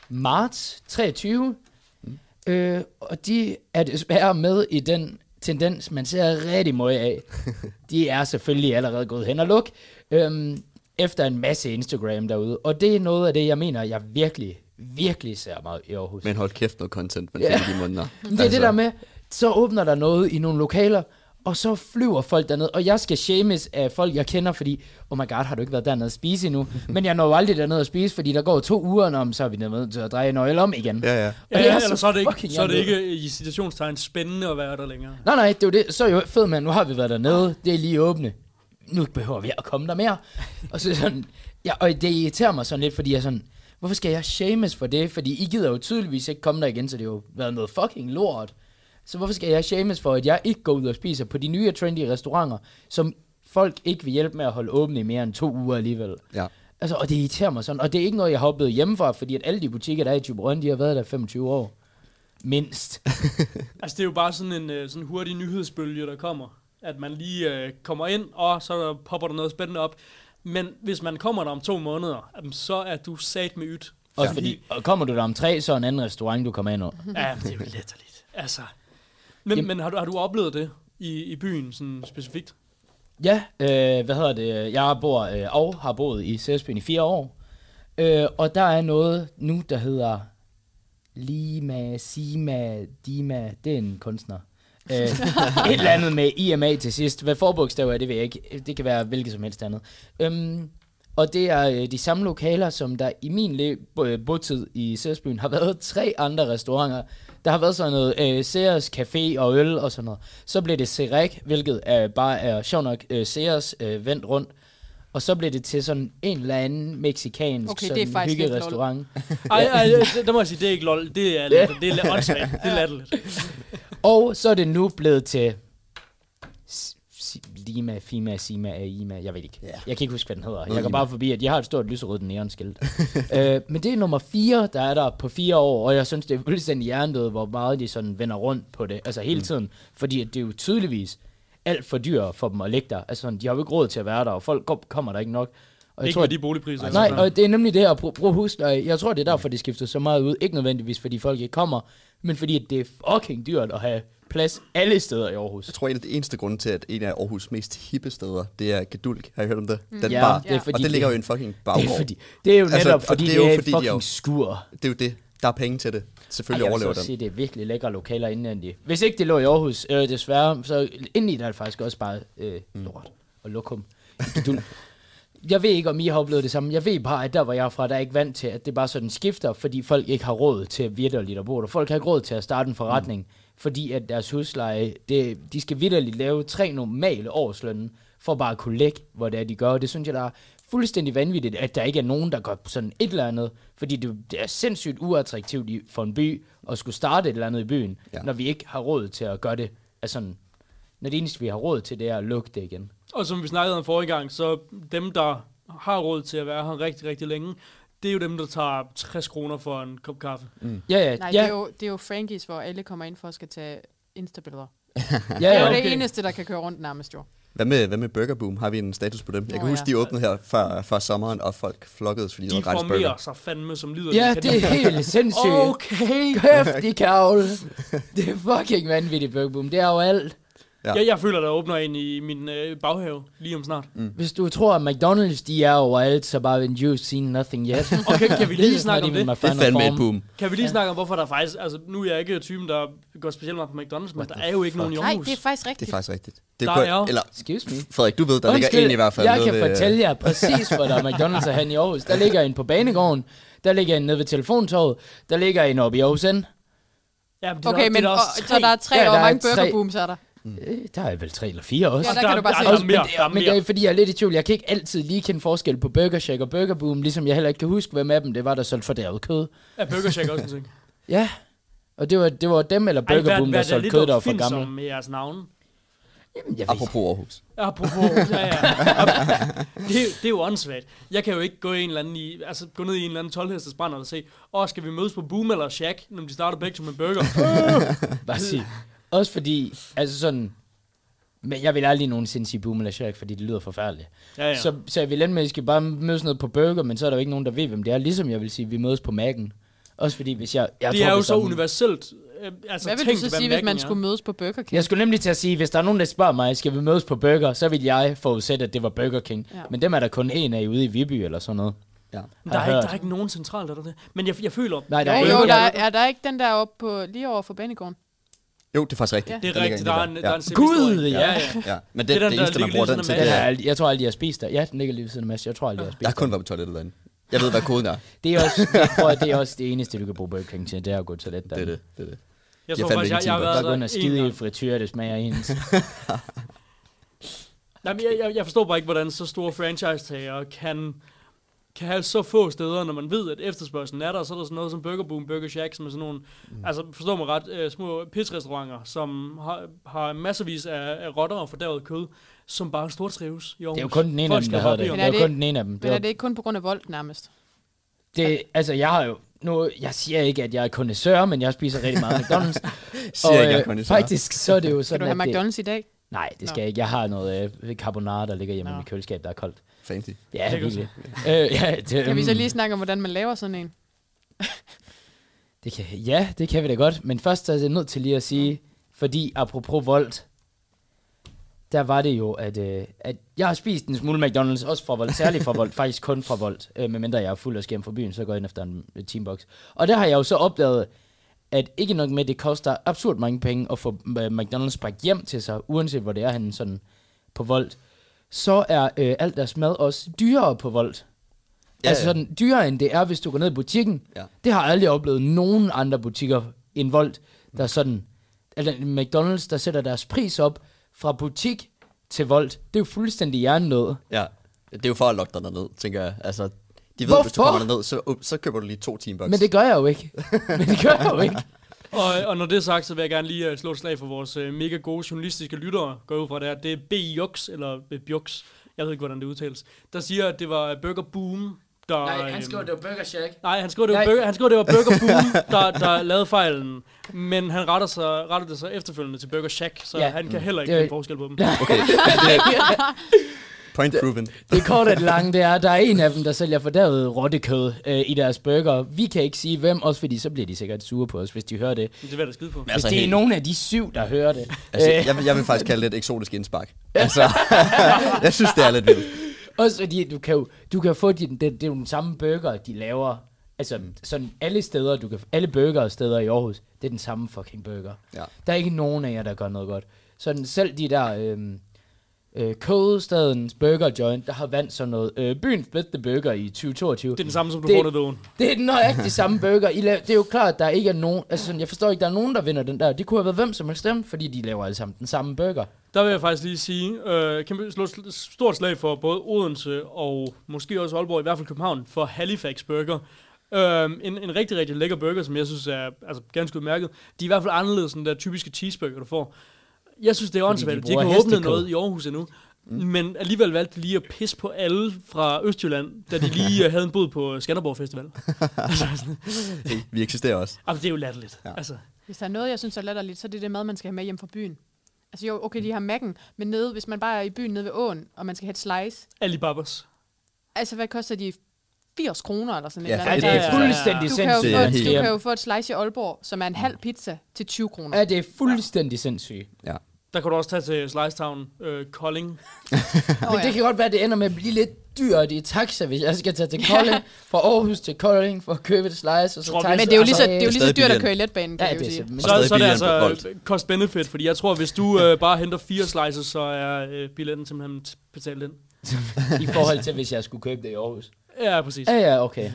Speaker 4: marts treogtyve, mm. øh, og de er desværre med i den tendens, man ser rigtig meget af. De er selvfølgelig allerede gået hen og luk, øhm, efter en masse Instagram derude. Og det er noget af det, jeg mener, jeg virkelig, virkelig ser meget i Aarhus.
Speaker 5: Men hold kæft noget content, man
Speaker 4: Ja.
Speaker 5: finder de måneder.
Speaker 4: Det er altså det der med, så åbner der noget i nogle lokaler, og så flyver folk derned, og jeg skal shames af folk, jeg kender, fordi, oh my god, har du ikke været dernede at spise endnu? Men jeg når jo aldrig dernede at spise, fordi der går to uger, om så er vi nede til at dreje nøgle om igen.
Speaker 5: Ja, ja.
Speaker 4: Og
Speaker 2: Ja,
Speaker 4: det er
Speaker 2: ja,
Speaker 4: så
Speaker 2: eller så er det ikke,
Speaker 4: fucking
Speaker 2: så er det
Speaker 4: hjertet.
Speaker 2: ikke i citationstegn spændende at være der længere.
Speaker 4: Nej, nej, det er jo det. Så er jo fedt, man. Nu har vi været dernede. Det er lige åbne. Nu behøver vi at komme der mere. Og så sådan, ja, og det irriterer mig sådan lidt, fordi jeg sådan, hvorfor skal jeg shames for det? Fordi I gider jo tydeligvis ikke komme der igen, så det har jo været noget fucking lort. Så hvorfor skal jeg shames for, at jeg ikke går ud og spiser på de nye trendy restauranter, som folk ikke vil hjælpe med at holde åbne i mere end to uger alligevel?
Speaker 5: Ja.
Speaker 4: Altså, og det irriterer mig sådan. Og det er ikke noget, jeg har oplevet hjemmefra, fordi at alle de butikker, der er i Thyborøn, de har været der femogtyve år. Mindst.
Speaker 2: Altså det er jo bare sådan en uh, sådan hurtig nyhedsbølge, der kommer. At man lige uh, kommer ind, og så der popper der noget spændende op. Men hvis man kommer der om to måneder, um, så er du sat med ydt.
Speaker 4: Og, ja. fordi, og kommer du der om tre, så er en anden restaurant, du kommer ind over.
Speaker 2: Ja, det er jo letterligt. Altså. Men,
Speaker 4: Jamen.
Speaker 2: men har, du, har du oplevet det i, i byen sådan specifikt?
Speaker 4: Ja, øh, hvad hedder det? Jeg bor øh, og har boet i Sæsbyen i fire år. Øh, og der er noget nu, der hedder Lima, Sima, Dima. Det er en kunstner. øh, et eller andet med I M A til sidst. Hvad forbogstaver er, det ved jeg ikke. Det kan være hvilket som helst andet. Øhm, og det er øh, de samme lokaler, som der i min le- bo- botid i Sæsbyen har været tre andre restauranter. Der har været sådan noget øh, Sears Café og øl og sådan noget. Så blev det Serek, hvilket er bare er sjovt nok øh, Sears øh, vendt rundt. Og så blev det til sådan en eller anden mexikansk
Speaker 3: Okay, det er
Speaker 4: sådan
Speaker 3: faktisk lidt
Speaker 4: hyggerestaurant.
Speaker 2: Ej, ej, det, det må jeg sige, det er ikke lol. Det er lidt, det er lidt åndssvagt. Det er latterligt.
Speaker 4: Og så er det nu blevet til S- S- Lima, Fima, Sima, Aima, jeg ved ikke.
Speaker 5: Ja.
Speaker 4: Jeg kan ikke huske, hvad den hedder.
Speaker 5: Noget
Speaker 4: Jeg går
Speaker 5: Lima.
Speaker 4: bare forbi, at jeg har et stort lyserødt neonskilt. øh, men det er nummer fire, der er der på fire år, og jeg synes, det er fuldstændig hjernedød, hvor meget de sådan vender rundt på det, altså hele mm. tiden. Fordi at det er jo tydeligvis alt for dyrt for dem at ligge der. Altså sådan, de har jo ikke råd til at være der, og folk kom- kommer der ikke nok. Og jeg
Speaker 2: Ikke
Speaker 4: tror,
Speaker 2: med
Speaker 4: at
Speaker 2: de boligpriser.
Speaker 4: Nej,
Speaker 2: altså.
Speaker 4: og det er nemlig det her at bruge, bruge husleje. Jeg tror, det er derfor, det skifter så meget ud. Ikke nødvendigvis, fordi folk ikke kommer, men fordi at det er fucking dyrt at have plads alle steder i Aarhus.
Speaker 5: Jeg tror, en af de eneste grunde til, at en af Aarhus' mest hippe steder, det er Gedulk. Har I hørt om det? Den
Speaker 4: Ja,
Speaker 5: bar.
Speaker 4: det er fordi,
Speaker 5: Og det ligger jo i en fucking baggård.
Speaker 4: det er, fordi, det er jo netop,
Speaker 5: Altså, og
Speaker 4: fordi
Speaker 5: det
Speaker 4: det
Speaker 5: er
Speaker 4: er,
Speaker 5: jo
Speaker 4: et
Speaker 5: fordi, de
Speaker 4: fucking
Speaker 5: jo-
Speaker 4: skur.
Speaker 5: Det er jo det. Der er penge til det. Selvfølgelig
Speaker 4: Ej, jeg vil
Speaker 5: overlever
Speaker 4: så
Speaker 5: den.
Speaker 4: sige, det er virkelig lækre lokaler indvendigt. Hvis ikke det lå i Aarhus, øh, desværre, så indeni der er det faktisk også bare øh, lort og lokum. Jeg ved ikke, om I har oplevet det samme. Jeg ved bare, at der, hvor jeg er fra, der er ikke vant til, at det bare sådan skifter, fordi folk ikke har råd til at vitterligt at bo der. Folk har ikke råd til at starte en forretning, mm. fordi at deres husleje, det, de skal vitterligt lave tre normale årslønne, for bare at kunne lægge, hvor det er, de gør. Det synes jeg, der er fuldstændig vanvittigt, at der ikke er nogen, der gør sådan et eller andet, fordi det, det er sindssygt uattraktivt i, for en by at skulle starte et eller andet i byen,
Speaker 5: Ja.
Speaker 4: når vi ikke har råd til at gøre det. Altså, når det eneste, vi har råd til, det er at lukke det igen.
Speaker 2: Og som vi snakkede om forrige gang, så dem, der har råd til at være her rigtig, rigtig længe, det er jo dem, der tager tres kroner for en kop kaffe.
Speaker 5: Mm.
Speaker 4: Ja, ja,
Speaker 3: Nej,
Speaker 4: ja,
Speaker 3: det, er jo, det er jo Frankies, hvor alle kommer ind for at skal tage Insta-billeder.
Speaker 4: ja,
Speaker 3: Det er
Speaker 4: ja,
Speaker 3: jo det
Speaker 2: okay.
Speaker 3: eneste, der kan køre rundt nærmest jo.
Speaker 5: Hvad med, hvad med Burger Boom? Har vi en status på dem? Jeg kan
Speaker 3: Nå,
Speaker 5: huske,
Speaker 3: ja.
Speaker 5: de åbnede her før, før sommeren, og folk flokkedes, fordi
Speaker 2: De
Speaker 5: det var gratis burger.
Speaker 2: formerer sig fandme som lider.
Speaker 4: Ja, det er helt sindssygt.
Speaker 2: Okay.
Speaker 4: Kæft, de kavle. Det er fucking vanvittigt, Burger Boom. Det er jo alt.
Speaker 5: Ja.
Speaker 2: Jeg, jeg føler, der åbner en i min øh, baghave lige om snart.
Speaker 5: Mm.
Speaker 4: Hvis du tror, at McDonald's, de er overalt, så bare when you've seen nothing yet.
Speaker 2: Okay, kan vi lige snakke om det?
Speaker 5: Det er fandme et boom.
Speaker 2: Kan vi lige
Speaker 4: Ja.
Speaker 2: snakke om, hvorfor der faktisk... Altså, nu er jeg ikke typen, der går specielt meget på McDonald's, men der er jo ikke nogen i
Speaker 3: Nej,
Speaker 2: Aarhus.
Speaker 3: det er faktisk
Speaker 5: Det
Speaker 3: rigtigt.
Speaker 5: er faktisk rigtigt. Det
Speaker 2: Der
Speaker 5: kun-
Speaker 2: er jo-
Speaker 5: Eller,
Speaker 4: Excuse me.
Speaker 5: Frederik, du ved, der ligger en i hvert fald
Speaker 4: jeg
Speaker 5: nede
Speaker 4: kan
Speaker 5: ved-
Speaker 4: fortælle jer præcis, hvor der er McDonald's er hen i Aarhus. Der ligger en på Banegården, der ligger en nede ved Telefontorvet, der ligger en oppe i Aarhus N.
Speaker 2: Ja, men det er
Speaker 3: Okay,
Speaker 2: der,
Speaker 3: men
Speaker 2: det er der
Speaker 3: og,
Speaker 2: også
Speaker 3: så der er tre,
Speaker 4: Ja,
Speaker 3: og
Speaker 4: der
Speaker 3: hvor
Speaker 4: er
Speaker 3: mange
Speaker 4: tre.
Speaker 3: Burger Booms er der?
Speaker 4: Øh, Der er vel tre eller fire også.
Speaker 3: Ja, der
Speaker 2: der,
Speaker 3: kan du bare
Speaker 2: der,
Speaker 3: se.
Speaker 2: der,
Speaker 4: Også,
Speaker 2: er
Speaker 4: men,
Speaker 2: mere,
Speaker 4: det,
Speaker 2: der er
Speaker 4: men det
Speaker 2: mere.
Speaker 4: er fordi, jeg er lidt i tvivl. Jeg kan ikke altid lige kende forskel på Burger Shack og Burger Boom, ligesom jeg heller ikke kan huske, hvem af dem det var, der solgte fordærvet kød.
Speaker 2: Er Burger Shack også en ting?
Speaker 4: Ja, og det var, det var dem eller Burger Boom, der solgte kød, der var for gamle.
Speaker 2: med jeres navne.
Speaker 4: Jamen, jeg ved
Speaker 5: Apropos Aarhus.
Speaker 2: Apropos, ja, ja. Det, er- det er jo åndssvagt. Jeg kan jo ikke gå, i en eller anden i, altså, gå ned i en eller anden tolv-hestes brænder og se, åh, skal vi mødes på Boom eller Shack, når de starter begge to med burger?
Speaker 4: bare sige. Også fordi, altså sådan, men jeg vil aldrig nogensinde sige Boom eller Shack, fordi det lyder forfærdeligt.
Speaker 2: Ja, ja.
Speaker 4: Så, så jeg vil ende med, at vi skal bare mødes ned på Burger, men så er der jo ikke nogen, der ved, hvem det er. Ligesom jeg vil sige, at vi mødes på Mac'en. Også fordi, hvis jeg... jeg
Speaker 2: det
Speaker 4: tror,
Speaker 2: er jo
Speaker 4: hvis
Speaker 2: så
Speaker 4: der-
Speaker 2: universelt. Øh, altså,
Speaker 3: Hvad vil
Speaker 2: tænkt,
Speaker 3: du så
Speaker 2: hvad
Speaker 3: sige, hvis man
Speaker 2: Mac'en er.
Speaker 3: skulle mødes på Burger King?
Speaker 4: Jeg skulle nemlig til at sige, hvis der er nogen, der spørger mig, skal vi mødes på Burger, så vil jeg forudsætte, at det var Burger King.
Speaker 3: Ja.
Speaker 4: Men dem er der kun en af ude i Viby eller sådan noget.
Speaker 5: Ja.
Speaker 2: Men der, er
Speaker 4: har
Speaker 2: ikke,
Speaker 4: hørt.
Speaker 2: der er ikke nogen central, der er der det. Men jeg, jeg føler...
Speaker 4: Nej, der
Speaker 3: Jo,
Speaker 4: er
Speaker 3: jo,
Speaker 4: ikke-
Speaker 3: der
Speaker 4: jeg-
Speaker 3: er, er der ikke den der oppe på, lige over for Banegården?
Speaker 5: Jo, det er faktisk rigtigt.
Speaker 3: Ja.
Speaker 2: Det er
Speaker 5: Der ligger
Speaker 2: rigtigt, der er en,
Speaker 5: der.
Speaker 2: der er
Speaker 5: Ja.
Speaker 2: en semi-historie.
Speaker 4: Gud, ja.
Speaker 2: ja, ja.
Speaker 5: Ja, men det,
Speaker 2: Det er
Speaker 5: det,
Speaker 2: den,
Speaker 5: det
Speaker 2: der
Speaker 5: eneste, man
Speaker 2: ligger
Speaker 5: bruger
Speaker 2: lige
Speaker 5: den
Speaker 2: ved
Speaker 5: til,
Speaker 2: siden af
Speaker 5: det
Speaker 4: Den
Speaker 5: er...
Speaker 4: er, ald- jeg tror aldrig, jeg har spist der. Ja, den ligger lige ved siden af Mads. Jeg tror aldrig, jeg har spist
Speaker 5: Jeg har kun
Speaker 4: der.
Speaker 5: været på toilettet eller andet. Jeg ved, hvad koden er.
Speaker 4: Det er også, jeg tror, at det er også det eneste, du kan bruge Burger King til. Det er at gå til toilet der.
Speaker 5: Det er det. det, er det.
Speaker 2: Jeg
Speaker 5: Jeg
Speaker 2: tror
Speaker 5: fandt
Speaker 2: faktisk, jeg, jeg har
Speaker 5: ingenting,
Speaker 2: været
Speaker 4: Bare
Speaker 2: der
Speaker 4: gå ind og
Speaker 2: en
Speaker 4: skide i
Speaker 2: gang.
Speaker 4: frityr, det smager ens.
Speaker 2: Nej, men jeg, jeg, jeg forstår bare ikke, hvordan så store franchise-tager kan, kan have så få steder, når man ved, at efterspørgselen er der, så er der sådan noget som Burger Boom, Burger Shack, som er sådan nogle, mm. altså forstår mig ret, øh, små pizza-restauranter, som har, har masservis af, af rotter og fordærvet kød, som bare stort trives i Aarhus.
Speaker 4: Det er jo kun den ene
Speaker 2: Folk
Speaker 4: af dem,
Speaker 2: skal
Speaker 4: der havde
Speaker 2: hoppe i
Speaker 4: det.
Speaker 2: om.
Speaker 4: Det er
Speaker 3: Men er
Speaker 4: jo
Speaker 3: det-
Speaker 4: kun den ene af dem. Det
Speaker 3: Men
Speaker 4: var-
Speaker 3: er det ikke kun på grund af vold nærmest?
Speaker 4: Det, altså, jeg har jo... Nu, jeg siger ikke, at jeg er kondensør, men jeg spiser rigtig meget McDonald's.
Speaker 5: Siger ikke, jeg er
Speaker 4: øh,
Speaker 5: kondensør.
Speaker 4: faktisk, så er det jo
Speaker 3: Kan
Speaker 4: sådan,
Speaker 3: du have
Speaker 4: at det,
Speaker 3: McDonald's i dag?
Speaker 4: nej, det skal
Speaker 3: Nå.
Speaker 4: jeg ikke. Jeg har noget øh, carbonara, der ligger hjemme
Speaker 3: Nå.
Speaker 4: i mit køleskab, der er koldt.
Speaker 5: Fancy.
Speaker 4: Ja,
Speaker 2: Det kan
Speaker 4: virkelig. øh, ja, det,
Speaker 3: Kan vi så
Speaker 4: øhm,
Speaker 3: lige snakke om, hvordan man laver sådan en?
Speaker 4: det kan, ja, det kan vi da godt. Men først er jeg nødt til lige at sige, fordi apropos Volt, der var det jo, at, øh, at jeg har spist en smule McDonald's, også fra Volt, særligt fra Volt, faktisk kun fra Volt. Øh, medmindre jeg er fuld og skal hjem fra byen, så går jeg ind efter en, en teambox. Og der har jeg jo så opdaget, at ikke nok med, at det koster absurd mange penge at få øh, McDonald's bragt hjem til sig, uanset hvor det er henne sådan på Volt, så er øh, alt deres mad også dyrere på Volt.
Speaker 5: Ja,
Speaker 4: Altså
Speaker 5: ja.
Speaker 4: sådan dyrere end det er, hvis du går ned i butikken.
Speaker 5: Ja.
Speaker 4: Det har jeg aldrig oplevet nogen andre butikker end Volt, der sådan, eller McDonald's, der sætter deres pris op fra butik til Volt. Det er jo fuldstændig hjernenød.
Speaker 5: Ja, det er jo for at lokke dig derned, tænker jeg. Altså, de ved,
Speaker 4: Hvorfor?
Speaker 5: hvis du kommer derned, så, uh, så køber du lige to teambox.
Speaker 4: Men det gør jeg jo ikke. Men det gør jeg jo ikke.
Speaker 2: Og, og når det er sagt, så vil jeg gerne lige uh, slå et slag for vores uh, mega gode journalistiske lyttere, går ud fra det her. Det er B. Jux, eller uh, Bjux, jeg ved ikke, hvordan det udtales, der siger, at det var Burger Boom, der... øhm,
Speaker 4: det var Burger Shack.
Speaker 2: Nej, han skrev, det var
Speaker 4: Nej.
Speaker 2: Burger, han skrev, det var Burger Boom, der, der lavede fejlen. Men han retter, sig, retter det så efterfølgende til Burger Shack, så
Speaker 4: Ja.
Speaker 2: ja. han kan heller ikke
Speaker 4: Det er-
Speaker 2: kende forskel på dem.
Speaker 5: Okay, point proven.
Speaker 4: Det korte og det lange, det er, at der er en af dem, der sælger fordærvet rottekød øh, i deres burger. Vi kan ikke sige hvem, også fordi så bliver de sikkert sure på os, hvis de hører det.
Speaker 2: Det vil jeg da skide på.
Speaker 4: Hvis
Speaker 5: Altså,
Speaker 4: det er
Speaker 5: helt-
Speaker 4: nogen af de syv, der hører det.
Speaker 5: Altså,
Speaker 4: Øh,
Speaker 5: jeg, vil, jeg vil faktisk kalde det et eksotisk indspark. Altså, jeg synes, det er lidt vildt.
Speaker 4: Også fordi, du kan jo du kan få din, det, det er jo den samme burger, de laver. Altså, sådan alle steder, du kan, alle burgersteder i Aarhus, det er den samme fucking burger.
Speaker 5: Ja.
Speaker 4: Der er ikke nogen af jer, der gør noget godt. Sådan selv de der øhm, øh, Kodestadens Burger Joint, der har vandt sådan noget øh, byens bedste burger i tyve toogtyve.
Speaker 2: Det er den samme, som du
Speaker 4: Det-
Speaker 2: får ned ved åen.
Speaker 4: Det er den nøjagtigt samme burger. I laver, det er jo klart, at der ikke er nogen... Altså sådan, jeg forstår ikke, der er nogen, der vinder den der. Det kunne have været hvem som helst dem, fordi de laver alle sammen den samme burger.
Speaker 2: Der vil jeg faktisk lige sige, øh, kan vi slå et sl- stort slag for både Odense og måske også Aalborg, i hvert fald København, for Halifax Burger. Øh, en, en rigtig, rigtig lækker burger, som jeg synes er altså, ganske udmærket. De er i hvert fald anderledes end den der typiske cheeseburger, du får. Jeg synes, det er åndssvagt, at de ikke
Speaker 4: bruger
Speaker 2: har åbnet
Speaker 4: hestekød.
Speaker 2: noget i Aarhus endnu. Mm. Men alligevel valgte de lige at pisse på alle fra Østjylland, da de lige øh, havde en bod på Skanderborg Festival. altså, sådan,
Speaker 5: Hey, vi eksisterer også.
Speaker 2: altså, det er jo latterligt.
Speaker 5: Ja.
Speaker 2: Altså,
Speaker 3: Hvis der er noget, jeg synes er latterligt, så er det det mad, man skal have med hjem fra byen. Altså jo, okay, de har Mac'en, men nede, hvis man bare er i byen nede ved åen, og man skal have et slice,
Speaker 2: Alibabas.
Speaker 3: altså hvad koster de? firs kroner eller sådan
Speaker 5: Ja,
Speaker 3: et eller
Speaker 4: Ja,
Speaker 3: andet.
Speaker 4: det er
Speaker 2: Ja, ja, ja.
Speaker 4: fuldstændig
Speaker 3: Du kan, jo
Speaker 5: Det
Speaker 3: få,
Speaker 5: er
Speaker 3: et-
Speaker 5: helt-
Speaker 3: du kan jo få et slice i Aalborg, som er en halv pizza til tyve kroner.
Speaker 4: Ja, det er fuldstændig sindssygt.
Speaker 5: Ja.
Speaker 2: Der kan du også tage til Slice Town, øh, Kolding.
Speaker 3: Nå,
Speaker 4: Men det kan godt være, at det ender med at blive lidt dyrt i taxa, hvis jeg skal tage til Kolding, fra Aarhus til Kolding, for at købe et slice, og så
Speaker 2: Tror vi-
Speaker 4: taxa.
Speaker 3: Men det er jo lige så, det er jo
Speaker 5: Det er
Speaker 3: lige så
Speaker 5: stadig
Speaker 3: dyrt at
Speaker 5: billigere.
Speaker 3: køre i letbanen, kan
Speaker 4: Ja,
Speaker 3: jeg
Speaker 4: det
Speaker 3: jo
Speaker 4: er
Speaker 3: sige.
Speaker 4: simpelthen.
Speaker 2: Så,
Speaker 5: stadig
Speaker 2: så er det
Speaker 5: billigere end
Speaker 2: altså
Speaker 5: på
Speaker 2: cost-benefit, fordi jeg tror, hvis du øh, bare henter fire slices, så er øh, billetten simpelthen t- betalt ind.
Speaker 4: I forhold til, hvis jeg skulle købe det i Aarhus.
Speaker 2: Ja, præcis.
Speaker 4: Ja, ja, okay.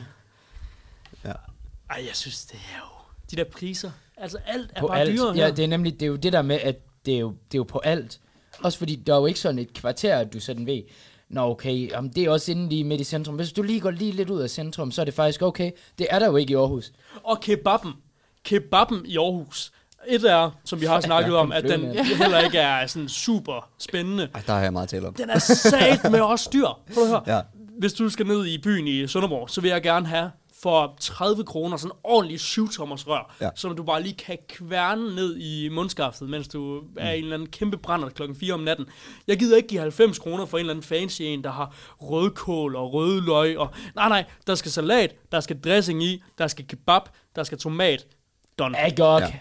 Speaker 2: Ej, jeg synes, det er jo... De der priser, altså alt er
Speaker 4: På
Speaker 2: bare
Speaker 4: alt.
Speaker 2: dyrere
Speaker 4: Ja,
Speaker 2: her.
Speaker 4: det er nemlig, det er jo det der med, at det er jo, det er jo på alt. Også fordi, der er jo ikke sådan et kvarter, at du sådan ved, nå okay, jamen, det er også inde lige midt i centrum. Hvis du lige går lige lidt ud af centrum, så er det faktisk okay. Det er der jo ikke i Aarhus.
Speaker 2: Og kebaben. Kebaben i Aarhus. Et er, som vi har snakket
Speaker 4: Ja,
Speaker 2: om, at den
Speaker 4: flyvende.
Speaker 2: heller ikke er sådan super spændende.
Speaker 5: Ej, der har jeg meget at tale om.
Speaker 2: Den er sat med også dyr. Prøv at høre.
Speaker 5: Ja.
Speaker 2: Hvis du skal ned i byen i Sønderborg, så vil jeg gerne have for tredive kroner sådan en ordentlig syv-tommers rør,
Speaker 5: Ja.
Speaker 2: som du bare lige kan kværne ned i mundskaftet, mens du er i en eller anden kæmpe brænder klokken fire om natten. Jeg gider ikke give halvfems kroner for en eller anden fancy en, der har rødkål og røde løg. Og... Nej, nej, der skal salat, der skal dressing i, der skal kebab, der skal tomat. Done.
Speaker 4: Agok.
Speaker 5: Ja.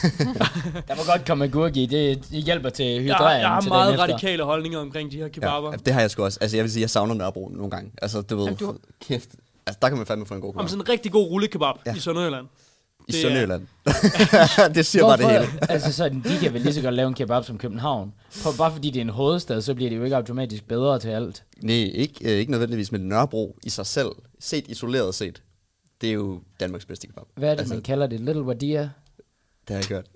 Speaker 4: Der må godt komme agurk i. Det, det hjælper til
Speaker 2: Jeg,
Speaker 4: hydreringen
Speaker 2: jeg har
Speaker 4: til
Speaker 2: meget
Speaker 4: dagen efter.
Speaker 2: radikale holdninger omkring de her kebaber.
Speaker 5: Ja, det har jeg sgu også. Altså, jeg vil sige, jeg savner Nørrebro nogle gange. Altså, du ved,
Speaker 3: Jamen, du-
Speaker 5: kæft. Altså, der kan man fandme få en god
Speaker 2: Om
Speaker 5: kebab.
Speaker 2: sådan en rigtig god rullekebab
Speaker 5: Ja.
Speaker 2: i Sønderjylland.
Speaker 5: I
Speaker 2: det er-
Speaker 5: Sønderjylland. Det siger bare det hele.
Speaker 4: Altså sådan, de kan vel lige så godt lave en kebab som København. For, bare fordi det er en hovedstad, så bliver det jo ikke automatisk bedre til alt.
Speaker 5: Nej, ikke, øh, ikke nødvendigvis, men Nørrebro i sig selv, set isoleret set, det er jo Danmarks bedste kebab.
Speaker 4: Hvad er det,
Speaker 5: Altså,
Speaker 4: man kalder det? Little Wadia?
Speaker 5: Det har jeg hørt.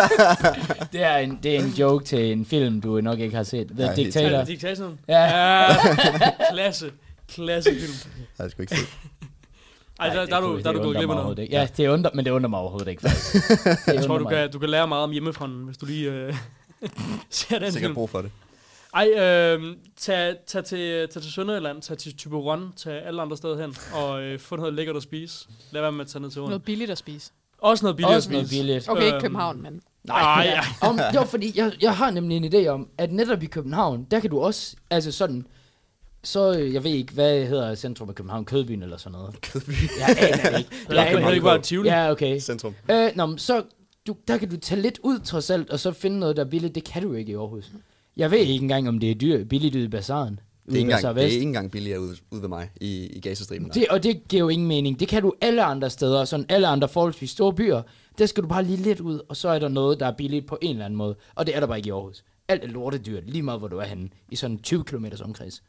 Speaker 4: Det er en, det er en joke til en film, du nok ikke har set. The
Speaker 5: Nej, helt
Speaker 4: Dictator.
Speaker 2: Er det diktatoren?
Speaker 4: Ja.
Speaker 2: Ja. Klasse. Klasse film.
Speaker 5: Det har jeg sgu ikke set.
Speaker 2: Ej, der,
Speaker 4: det
Speaker 2: der, er du,
Speaker 4: kunne-
Speaker 2: der er
Speaker 4: det
Speaker 2: du gået
Speaker 4: undrer
Speaker 2: glip
Speaker 4: mig
Speaker 2: af noget.
Speaker 4: overhovedet ikke. Ja, det undrer, men det undrer mig overhovedet ikke, faktisk. Det
Speaker 2: Jeg tror,
Speaker 4: undrer
Speaker 2: du
Speaker 4: mig.
Speaker 2: kan, du kan lære meget om hjemmefronten, hvis du lige øh, ser den
Speaker 5: Sikkert
Speaker 2: film.
Speaker 5: brug for det.
Speaker 2: Ej, øh, tag, tag, til, tag til Sønderjylland, tag til Thyborøn, tag alle andre steder hen, og øh, få noget lækkert at spise. Lad være med at tage ned til Åen.
Speaker 3: Noget billigt at spise.
Speaker 2: Også noget billigt
Speaker 4: Også
Speaker 2: at
Speaker 4: noget
Speaker 2: spise.
Speaker 4: billigt.
Speaker 3: Okay, ikke
Speaker 2: Øhm,
Speaker 3: København, men...
Speaker 2: Nej, ja.
Speaker 4: Om, jo, fordi jeg, jeg har nemlig en idé om, at netop i København, der kan du også, altså sådan, så, øh, jeg ved ikke, hvad hedder centrum af København, Kødbyen eller sådan noget.
Speaker 5: Kødby.
Speaker 4: Jeg aner det ikke.
Speaker 2: Eller
Speaker 4: Jeg
Speaker 2: kan
Speaker 4: aner
Speaker 2: det ikke
Speaker 4: det
Speaker 2: være Tivoli?
Speaker 4: Ja, okay.
Speaker 5: Centrum.
Speaker 4: Øh, nå, men så, du, der kan du tage lidt ud trods alt, og så finde noget, der er billigt. Det kan du ikke i Aarhus. Jeg ved ikke engang, om det er dyr, billigt ude i bazaren.
Speaker 5: Det er, ikke engang, det er ikke engang billigere ude, ude ved mig i, i Gazastriben.
Speaker 4: Det, og det giver jo ingen mening. Det kan du alle andre steder, sådan alle andre forholdsvis store byer. Der skal du bare lige lidt ud, og så er der noget, der er billigt på en eller anden måde. Og det er der bare ikke i Aarhus. Alt er lortedyrt, lige meget hvor du er henne, i sådan tyve kilometers omkreds.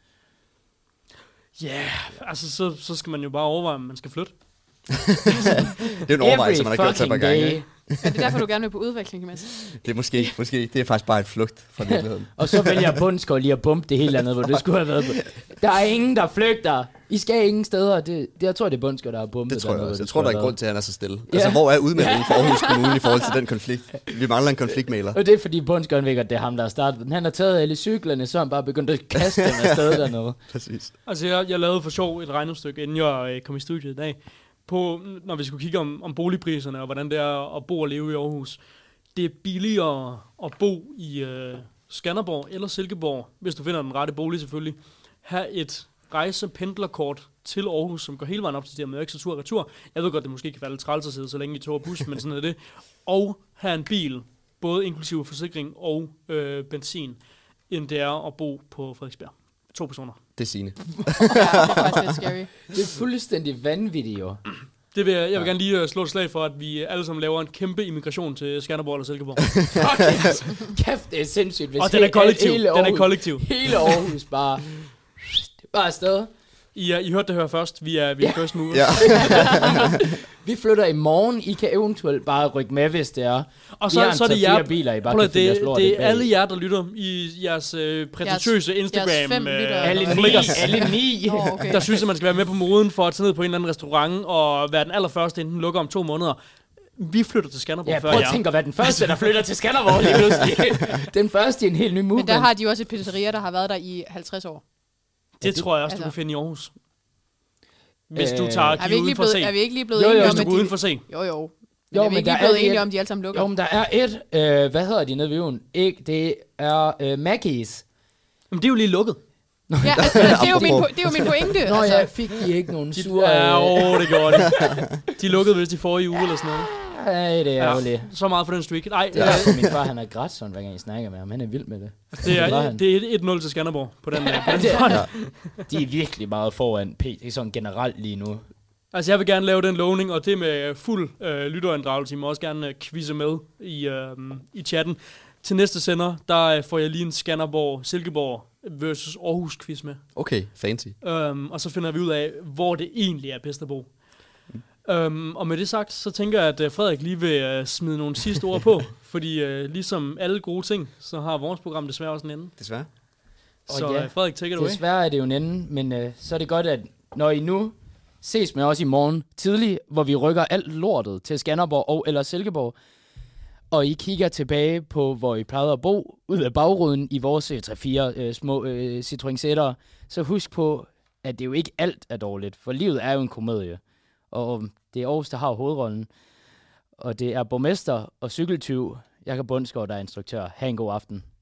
Speaker 2: Ja, yeah, altså så, så skal man jo bare overveje, om man skal flytte.
Speaker 5: Det er en overvejelse, man har gjort sig et par gange.
Speaker 4: day.
Speaker 5: ikke?
Speaker 3: Er det derfor, du gerne vil på udveksling, Mads?
Speaker 5: Det er måske, måske, det er faktisk bare et flugt fra virkeligheden.
Speaker 4: Og så vælger Bundsgaard lige at bumpe det hele andet, hvor det skulle have været på. Der er ingen, der flygter. I skal ingen steder. Det, det, jeg tror, det er Bundsgaard, der har bumpet.
Speaker 5: Det tror jeg
Speaker 4: dernede,
Speaker 5: også.
Speaker 4: hvor
Speaker 5: Jeg
Speaker 4: det
Speaker 5: tror, der
Speaker 4: skulle
Speaker 5: er
Speaker 4: have
Speaker 5: grund til, at han er så stille.
Speaker 4: Ja.
Speaker 5: Altså, hvor er udmeldingen for Aarhus Kommune i forhold til den konflikt? Vi mangler en konfliktmæler.
Speaker 4: været. Og det er fordi Bundsgaard ved, at det er ham, der har startet den. Han har taget alle cyklerne, så har han bare begyndt at kaste dem afsted dernede.
Speaker 5: Præcis.
Speaker 2: Altså jeg, jeg lavede for sjov et regnestykke, inden jeg øh, kom i studiet i dag, på, når vi skulle kigge om, om boligpriserne, og hvordan det er at bo og leve i Aarhus. Det er billigere at bo i øh, Skanderborg eller Silkeborg, hvis du finder den rette bolig selvfølgelig. Have et rejsependlerkort til Aarhus, som går hele vejen op til det med ekstra tur og retur. Jeg ved godt, det måske kan være lidt træls at sidde så længe i tog og bus, men sådan er det. Og have en bil, både inklusive forsikring og øh, benzin, end det er at bo på Frederiksberg. To personer.
Speaker 5: Det er Signe.
Speaker 3: Ja, det er faktisk lidt scary.
Speaker 4: Det er fuldstændig vanvittigt, jo.
Speaker 2: Det vil jeg, jeg vil
Speaker 5: Ja.
Speaker 2: gerne lige uh, slå et slag for, at vi alle sammen laver en kæmpe immigration til Skanderborg eller Silkeborg.
Speaker 4: Fuck yes. Kæft, det er sindssygt. Hvis
Speaker 2: Og den er
Speaker 4: he-
Speaker 2: kollektiv.
Speaker 4: hele
Speaker 2: Den er
Speaker 4: Aarhus-
Speaker 2: kollektiv.
Speaker 4: Hele Aarhus bare... Bare afsted.
Speaker 2: I, uh, I hørte det her først. Vi er, vi er
Speaker 4: Ja.
Speaker 2: first movers.
Speaker 5: Ja.
Speaker 4: Vi flytter i morgen. I kan eventuelt bare rykke med, hvis det er.
Speaker 2: Og
Speaker 4: Vi har
Speaker 2: så,
Speaker 4: en
Speaker 2: så er det
Speaker 4: tre fire
Speaker 2: jer.
Speaker 4: biler, I bare
Speaker 2: Prøv
Speaker 4: kan
Speaker 2: at,
Speaker 4: fylde jeres
Speaker 2: det,
Speaker 4: lort
Speaker 2: det
Speaker 4: i
Speaker 2: er
Speaker 4: bag.
Speaker 2: alle jer, der lytter i jeres øh, prætentiøse
Speaker 3: jeres
Speaker 2: Instagram.
Speaker 3: fem
Speaker 2: øh,
Speaker 3: lyttere.
Speaker 4: Alle ni.
Speaker 2: flickers.
Speaker 4: Alle ni.
Speaker 3: Nå, okay.
Speaker 2: Der synes, at man skal være med på moden for at tage ned på en eller anden restaurant og være den allerførste, inden den lukker om to måneder. Vi flytter til Skanderborg
Speaker 4: Ja,
Speaker 2: før
Speaker 4: prøv at
Speaker 2: jer.
Speaker 4: tænke at være den første, der flytter til Skanderborg lige pludselig. Den første i en helt ny movement.
Speaker 3: Men der har de jo også et pizzeria, der har været der i halvtreds år.
Speaker 2: Det tror jeg også, du
Speaker 3: Altså-
Speaker 2: kan finde i Aarhus. Hvis du
Speaker 4: Øh,
Speaker 2: tager
Speaker 3: Er vi,
Speaker 2: Give
Speaker 3: ikke
Speaker 2: uden
Speaker 3: lige
Speaker 2: for at
Speaker 3: blevet,
Speaker 2: se.
Speaker 3: er vi ikke lige blevet
Speaker 4: Jo, jo,
Speaker 3: enige
Speaker 2: Hvis
Speaker 3: om,
Speaker 2: du
Speaker 3: at
Speaker 2: går uden
Speaker 3: de...
Speaker 2: for at se.
Speaker 3: Jo, jo. Men jo, er vi
Speaker 4: men
Speaker 3: ikke
Speaker 4: der
Speaker 3: lige blevet
Speaker 4: er
Speaker 3: enige
Speaker 4: et-
Speaker 3: om, de alle sammen lukker?
Speaker 4: Jo, men der er et, øh, hvad hedder de nede ved ugen? Ikke, det er øh, Maggie's.
Speaker 2: Jamen, det er jo lige lukket.
Speaker 3: Ja, altså, det, er jo min, po- det er jo min pointe.
Speaker 4: Nå
Speaker 3: altså.
Speaker 4: ja, fik de ikke nogen
Speaker 2: De,
Speaker 4: sure...
Speaker 2: ja,
Speaker 4: øh,
Speaker 2: åh, det gjorde de. De lukkede vist i forrige uge eller sådan noget.
Speaker 4: Ej, det er
Speaker 2: Ja,
Speaker 4: ærgerligt.
Speaker 2: så meget for den streak. Nej,
Speaker 4: Det er også min far, han er grædt sådan, hver gang jeg snakker med ham. Han er vild med det.
Speaker 2: det
Speaker 4: var
Speaker 2: er,
Speaker 4: han.
Speaker 2: det er et nul til Skanderborg på den, øh, på den
Speaker 4: Det er-
Speaker 2: front.
Speaker 5: Ja.
Speaker 4: De er virkelig meget foran P. Det er sådan generelt lige nu.
Speaker 2: Altså, jeg vil gerne lave den lovning, og det med fuld øh, lytterinddragelse. I må også gerne øh, quizze med i, øh, i chatten. Til næste sender, der øh, får jeg lige en Skanderborg-Silkeborg versus Aarhus-quiz med.
Speaker 5: Okay, fancy.
Speaker 2: Um, og så finder vi ud af, hvor det egentlig er bedst at bo. Um, og med det sagt, så tænker jeg, at uh, Frederik lige vil uh, smide nogle sidste ord på. Fordi uh, ligesom alle gode ting, så har vores program desværre også en ende.
Speaker 5: Desværre.
Speaker 4: Og
Speaker 2: Så
Speaker 4: ja,
Speaker 2: uh, Frederik, take it away.
Speaker 4: desværre er det jo en ende, men øh, så er det godt, at når I nu ses med os i morgen tidlig, hvor vi rykker alt lortet til Skanderborg og eller Silkeborg, og I kigger tilbage på, hvor I plejede at bo, ud af bagruden i vores øh, tre fire øh, små øh, Citroën Sætter, så husk på, at det jo ikke alt er dårligt, for livet er jo en komedie. Og det er Aarhus, der har hovedrollen, og det er borgmester og cykeltyv, Jakob Bundsgaard, der er instruktør. Ha' en god aften.